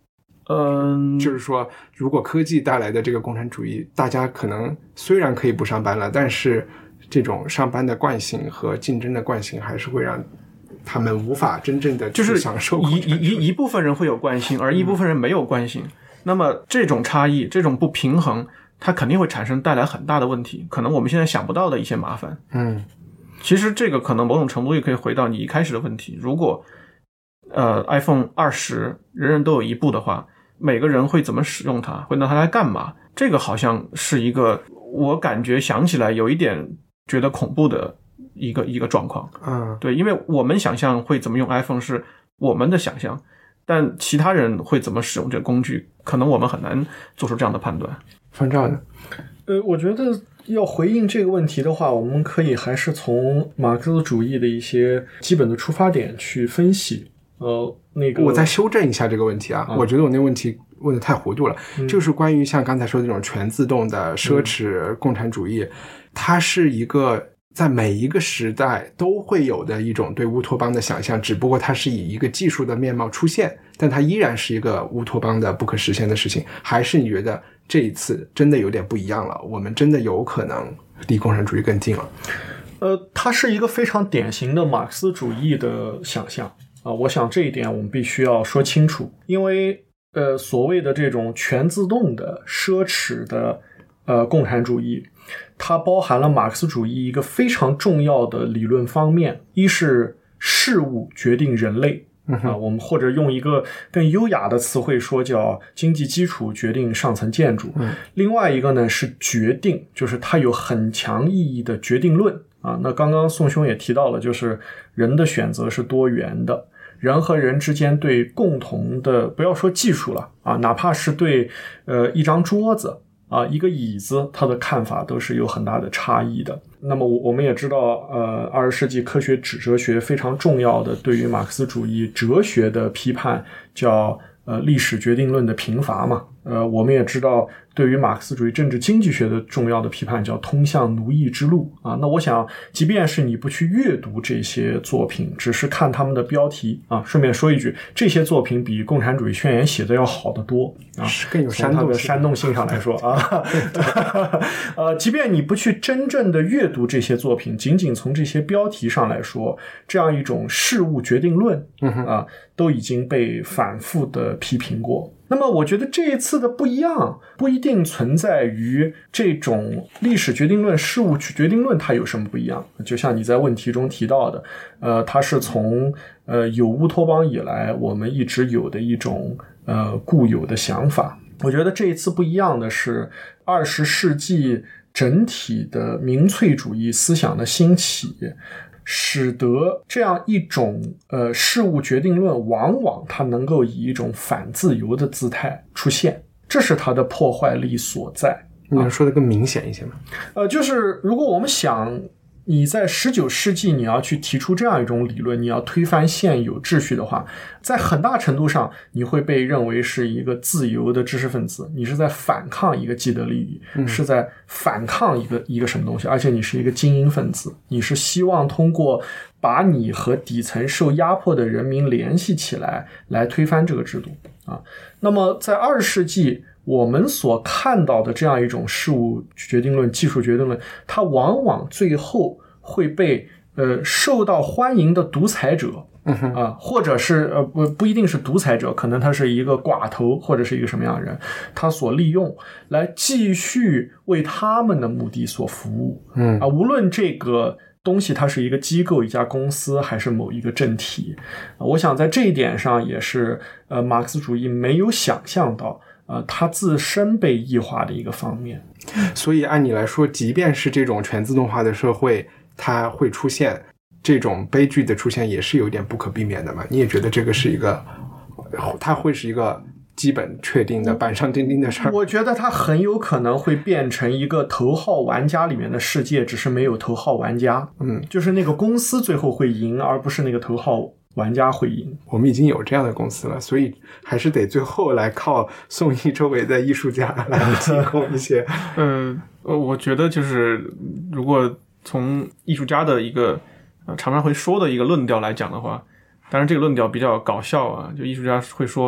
就是说如果科技带来的这个共产主义，大家可能虽然可以不上班了，但是这种上班的惯性和竞争的惯性还是会让他们无法真正的去享受一部分人会有惯性，而一部分人没有惯性。那么这种差异，这种不平衡，它肯定会带来很大的问题，可能我们现在想不到的一些麻烦。其实这个可能某种程度也可以回到你一开始的问题，如果iPhone 20人人都有一部的话，每个人会怎么使用它，会拿它来干嘛？这个好像是一个我感觉想起来有一点觉得恐怖的一个状况。对，因为我们想象会怎么用 iPhone 是我们的想象，但其他人会怎么使用这个工具，可能我们很难做出这样的判断。 方丈呢？ 我觉得要回应这个问题的话，我们可以还是从马克思主义的一些基本的出发点去分析。我再修正一下这个问题啊，我觉得我那个问题问得太糊涂了。就是关于像刚才说的这种全自动的奢侈共产主义，它是一个在每一个时代都会有的一种对乌托邦的想象，只不过它是以一个技术的面貌出现，但它依然是一个乌托邦的不可实现的事情。还是你觉得这一次真的有点不一样了，我们真的有可能离共产主义更近了？ 它是一个非常典型的马克思主义的想象我想这一点我们必须要说清楚，因为所谓的这种全自动的奢侈的共产主义，它包含了马克思主义一个非常重要的理论方面，一是事物决定人类我们或者用一个更优雅的词汇说叫经济基础决定上层建筑另外一个呢是决定，就是它有很强意义的决定论那刚刚宋兄也提到了，就是人的选择是多元的，人和人之间对共同的，不要说技术了哪怕是对一张桌子一个椅子，它的看法都是有很大的差异的。那么我们也知道20世纪科学指哲学非常重要的对于马克思主义哲学的批判叫历史决定论的贫乏嘛我们也知道对于马克思主义政治经济学的重要的批判叫通向奴役之路那我想即便是你不去阅读这些作品，只是看他们的标题顺便说一句，这些作品比共产主义宣言写的要好得多是更有煽动性上来说即便你不去真正的阅读这些作品，仅仅从这些标题上来说，这样一种事物决定论都已经被反复的批评过。那么我觉得这一次的不一样不一定存在于这种历史决定论事物决定论它有什么不一样，就像你在问题中提到的它是从有乌托邦以来我们一直有的一种固有的想法。我觉得这一次不一样的是20世纪整体的民粹主义思想的兴起，使得这样一种事物决定论往往它能够以一种反自由的姿态出现，这是它的破坏力所在。 你能说得更明显一些吗？ 就是如果我们想你在19世纪你要去提出这样一种理论，你要推翻现有秩序的话，在很大程度上你会被认为是一个自由的知识分子，你是在反抗一个既得利益是在反抗一个什么东西，而且你是一个精英分子，你是希望通过把你和底层受压迫的人民联系起来来推翻这个制度那么在20世纪我们所看到的这样一种事物决定论技术决定论，它往往最后会被受到欢迎的独裁者或者是不一定是独裁者，可能他是一个寡头或者是一个什么样的人，他所利用来继续为他们的目的所服务无论这个东西它是一个机构一家公司还是某一个政体我想在这一点上也是马克思主义没有想象到它自身被异化的一个方面。 所以按你来说，即便是这种全自动化的社会它会出现，这种悲剧的出现也是有点不可避免的嘛？你也觉得这个是一个它会是一个基本确定的板上钉钉的事儿？ 我觉得它很有可能会变成一个头号玩家里面的世界，只是没有头号玩家就是那个公司最后会赢，而不是那个头号玩家会赢。 我们已经有这样的公司了，所以还是得最后来靠宋轶周围的艺术家来提供一些我觉得就是如果从艺术家的一个常常会说的一个论调来讲的话，当然这个论调比较搞笑就艺术家会说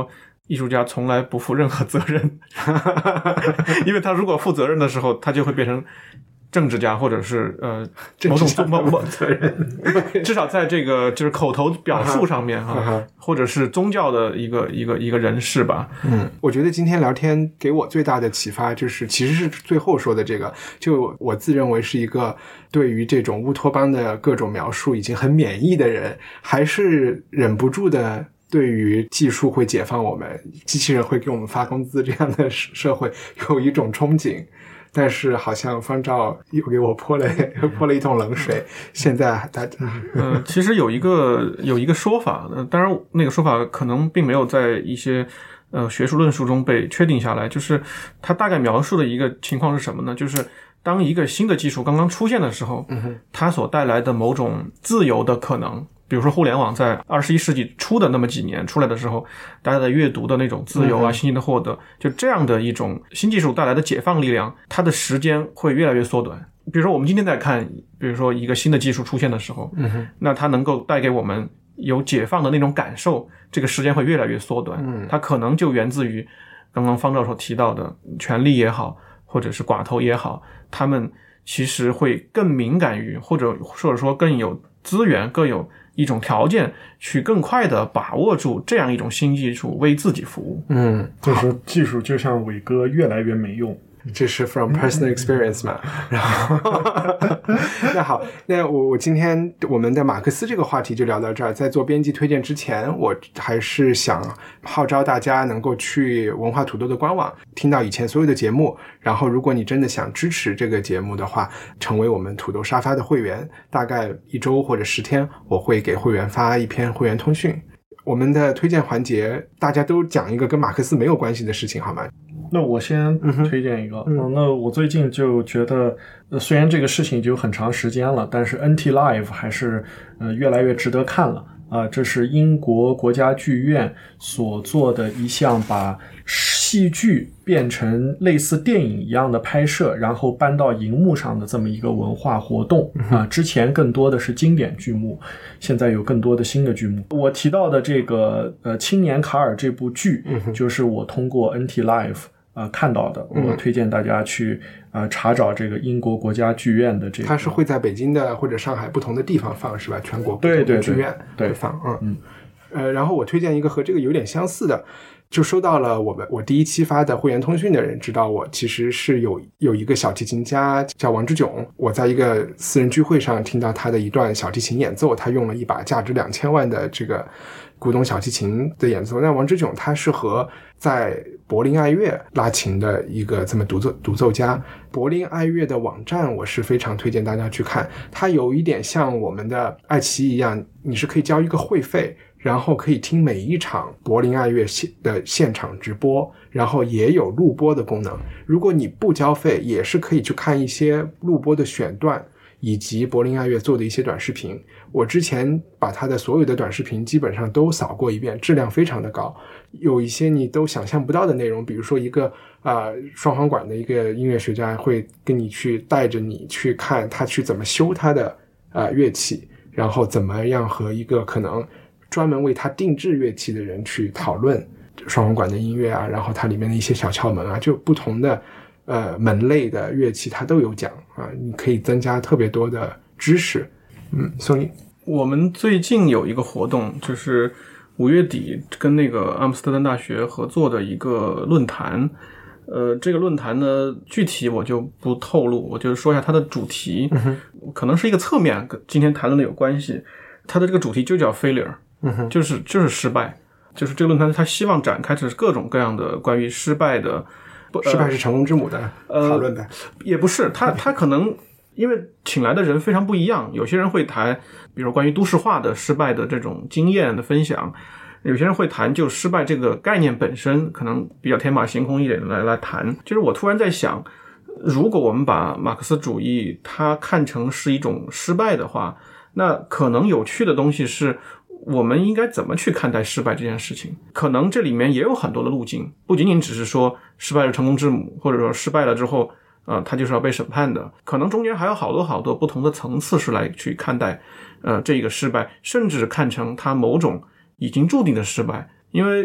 艺术家从来不负任何责任因为他如果负责任的时候，他就会变成政治家，或者是某种责任至少在这个就是口头表述上面或者是宗教的一个人士吧。 我觉得今天聊天给我最大的启发就是其实是最后说的这个，就我自认为是一个对于这种乌托邦的各种描述已经很免疫的人，还是忍不住的对于技术会解放我们，机器人会给我们发工资这样的社会有一种憧憬。但是好像方照又给我泼了一桶冷水。现在其实有一个说法，当然那个说法可能并没有在一些学术论述中被确定下来，就是它大概描述的一个情况是什么呢？就是当一个新的技术刚刚出现的时候，它所带来的某种自由的可能。比如说互联网在21世纪初的那么几年出来的时候，大家的阅读的那种自由啊，信息的获得，就这样的一种新技术带来的解放力量，它的时间会越来越缩短。比如说我们今天在看，比如说一个新的技术出现的时候，那它能够带给我们有解放的那种感受，这个时间会越来越缩短。它可能就源自于刚刚方教授提到的权力也好，或者是寡头也好，他们其实会更敏感于，或者说更有资源，更有一种条件去更快的把握住这样一种新技术为自己服务。 就是技术就像伟哥越来越没用， 这是 from personal experience 嘛。然后那好，那我今天我们的马克思这个话题就聊到这儿。在做编辑推荐之前，我还是想号召大家能够去文化土豆的官网听到以前所有的节目，然后如果你真的想支持这个节目的话，成为我们土豆沙发的会员，大概1周或者10天我会给会员发一篇会员通讯。我们的推荐环节大家都讲一个跟马克思没有关系的事情好吗？ 那我先推荐一个。那我最近就觉得虽然这个事情已经有很长时间了，但是 NT Live 还是越来越值得看了。这是英国国家剧院所做的一项把戏剧变成类似电影一样的拍摄，然后搬到荧幕上的这么一个文化活动。之前更多的是经典剧目，现在有更多的新的剧目。我提到的这个青年卡尔这部剧，就是我通过 NT Live看到的。我推荐大家去查找这个英国国家剧院的这个。 它是会在北京的或者上海不同的地方放是吧？全国不同的剧院会放。然后我推荐一个和这个有点相似的，就收到了我第一期发的会员通讯的人知道我其实是有一个小提琴家叫王之炯，我在一个私人聚会上听到他的一段小提琴演奏，他用了一把价值2000万的这个古董小提琴的演奏。那王之炯他是和在柏林爱乐拉琴的一个这么独奏家。柏林爱乐的网站我是非常推荐大家去看，它有一点像我们的爱奇艺一样，你是可以交一个会费，然后可以听每一场柏林爱乐的现场直播，然后也有录播的功能。如果你不交费，也是可以去看一些录播的选段以及柏林爱乐做的一些短视频。我之前把他的所有的短视频基本上都扫过一遍，质量非常的高，有一些你都想象不到的内容。比如说一个双簧管的一个音乐学家会跟你去带着你去看他去怎么修他的乐器，然后怎么样和一个可能专门为他定制乐器的人去讨论双簧管的音乐然后它里面的一些小窍门就不同的门类的乐器它都有讲你可以增加特别多的知识。宋毅， 我们最近有一个活动，就是5月底跟那个阿姆斯特丹大学合作的一个论坛。这个论坛呢，具体我就不透露，我就说一下它的主题，可能是一个侧面跟今天谈论的有关系。它的这个主题就叫 failure，就是失败。就是这个论坛它希望展开的是各种各样的关于失败的， 失败是成功之母的讨论的， 也不是，他可能因为请来的人非常不一样，有些人会谈比如关于都市化的失败的这种经验的分享，有些人会谈就失败这个概念本身，可能比较天马行空一点来谈。就是我突然在想，如果我们把马克思主义它看成是一种失败的话，那可能有趣的东西是我们应该怎么去看待失败这件事情。可能这里面也有很多的路径，不仅仅只是说失败是成功之母，或者说失败了之后它就是要被审判的，可能中间还有好多不同的层次是来去看待这个失败，甚至看成它某种已经注定的失败。因为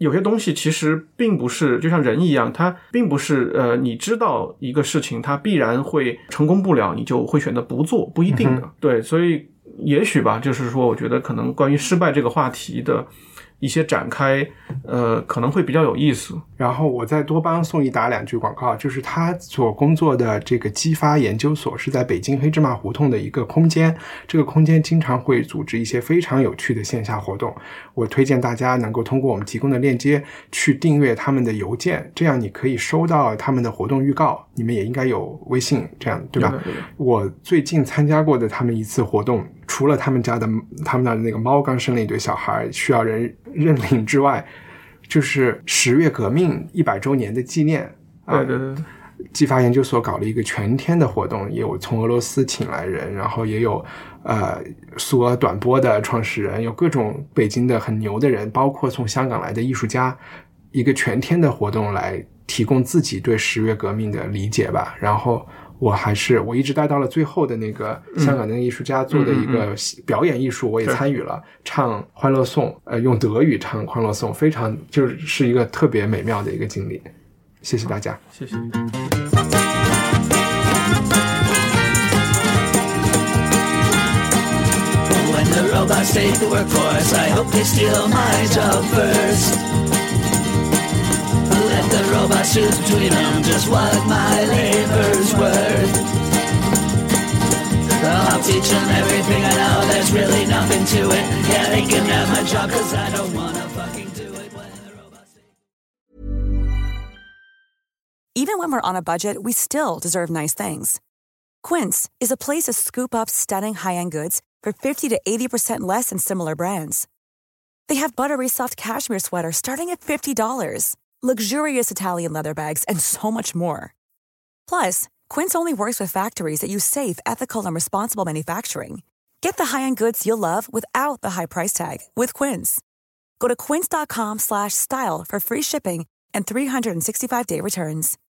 有些东西其实并不是就像人一样，它并不是你知道一个事情它必然会成功不了，你就会选择不做，不一定的。对，所以也许吧，就是说我觉得可能关于失败这个话题的一些展开可能会比较有意思。 然后我再多帮宋毅打2句广告，就是他所工作的这个激发研究所是在北京黑芝麻胡同的一个空间，这个空间经常会组织一些非常有趣的线下活动，我推荐大家能够通过我们提供的链接去订阅他们的邮件，这样你可以收到他们的活动预告，你们也应该有微信，这样对吧？ 对。 我最近参加过的他们一次活动，除了他们家的那个猫刚生了一堆小孩需要人认领之外，就是10月革命100周年的纪念。 对。 激发研究所搞了一个全天的活动，也有从俄罗斯请来人，然后也有苏俄短波的创始人，有各种北京的很牛的人，包括从香港来的艺术家，一个全天的活动来提供自己对10月革命的理解吧。然后我一直待到了最后的那个香港的艺术家做的一个表演艺术，我也参与了，唱欢乐颂，用德语唱欢乐颂，非常就是一个特别美妙的一个经历。谢谢大家， 谢谢。 When the robots take the workforce, I hope they steal my job first. Let the robots choose between them just what my labor's worth. I'll teach them everything I know, there's really nothing to it. Yeah, they can have my job cause I don't wanna fucking do it when the robots take... Even when we're on a budget, we still deserve nice things. Quince is a place to scoop up stunning high-end goods for 50 to 80% less than similar brands. They have buttery soft cashmere sweaters starting at $50, luxurious Italian leather bags, and so much more. Plus, Quince only works with factories that use safe, ethical, and responsible manufacturing. Get the high-end goods you'll love without the high price tag with Quince. Go to quince.com/style for free shipping and 365-day returns.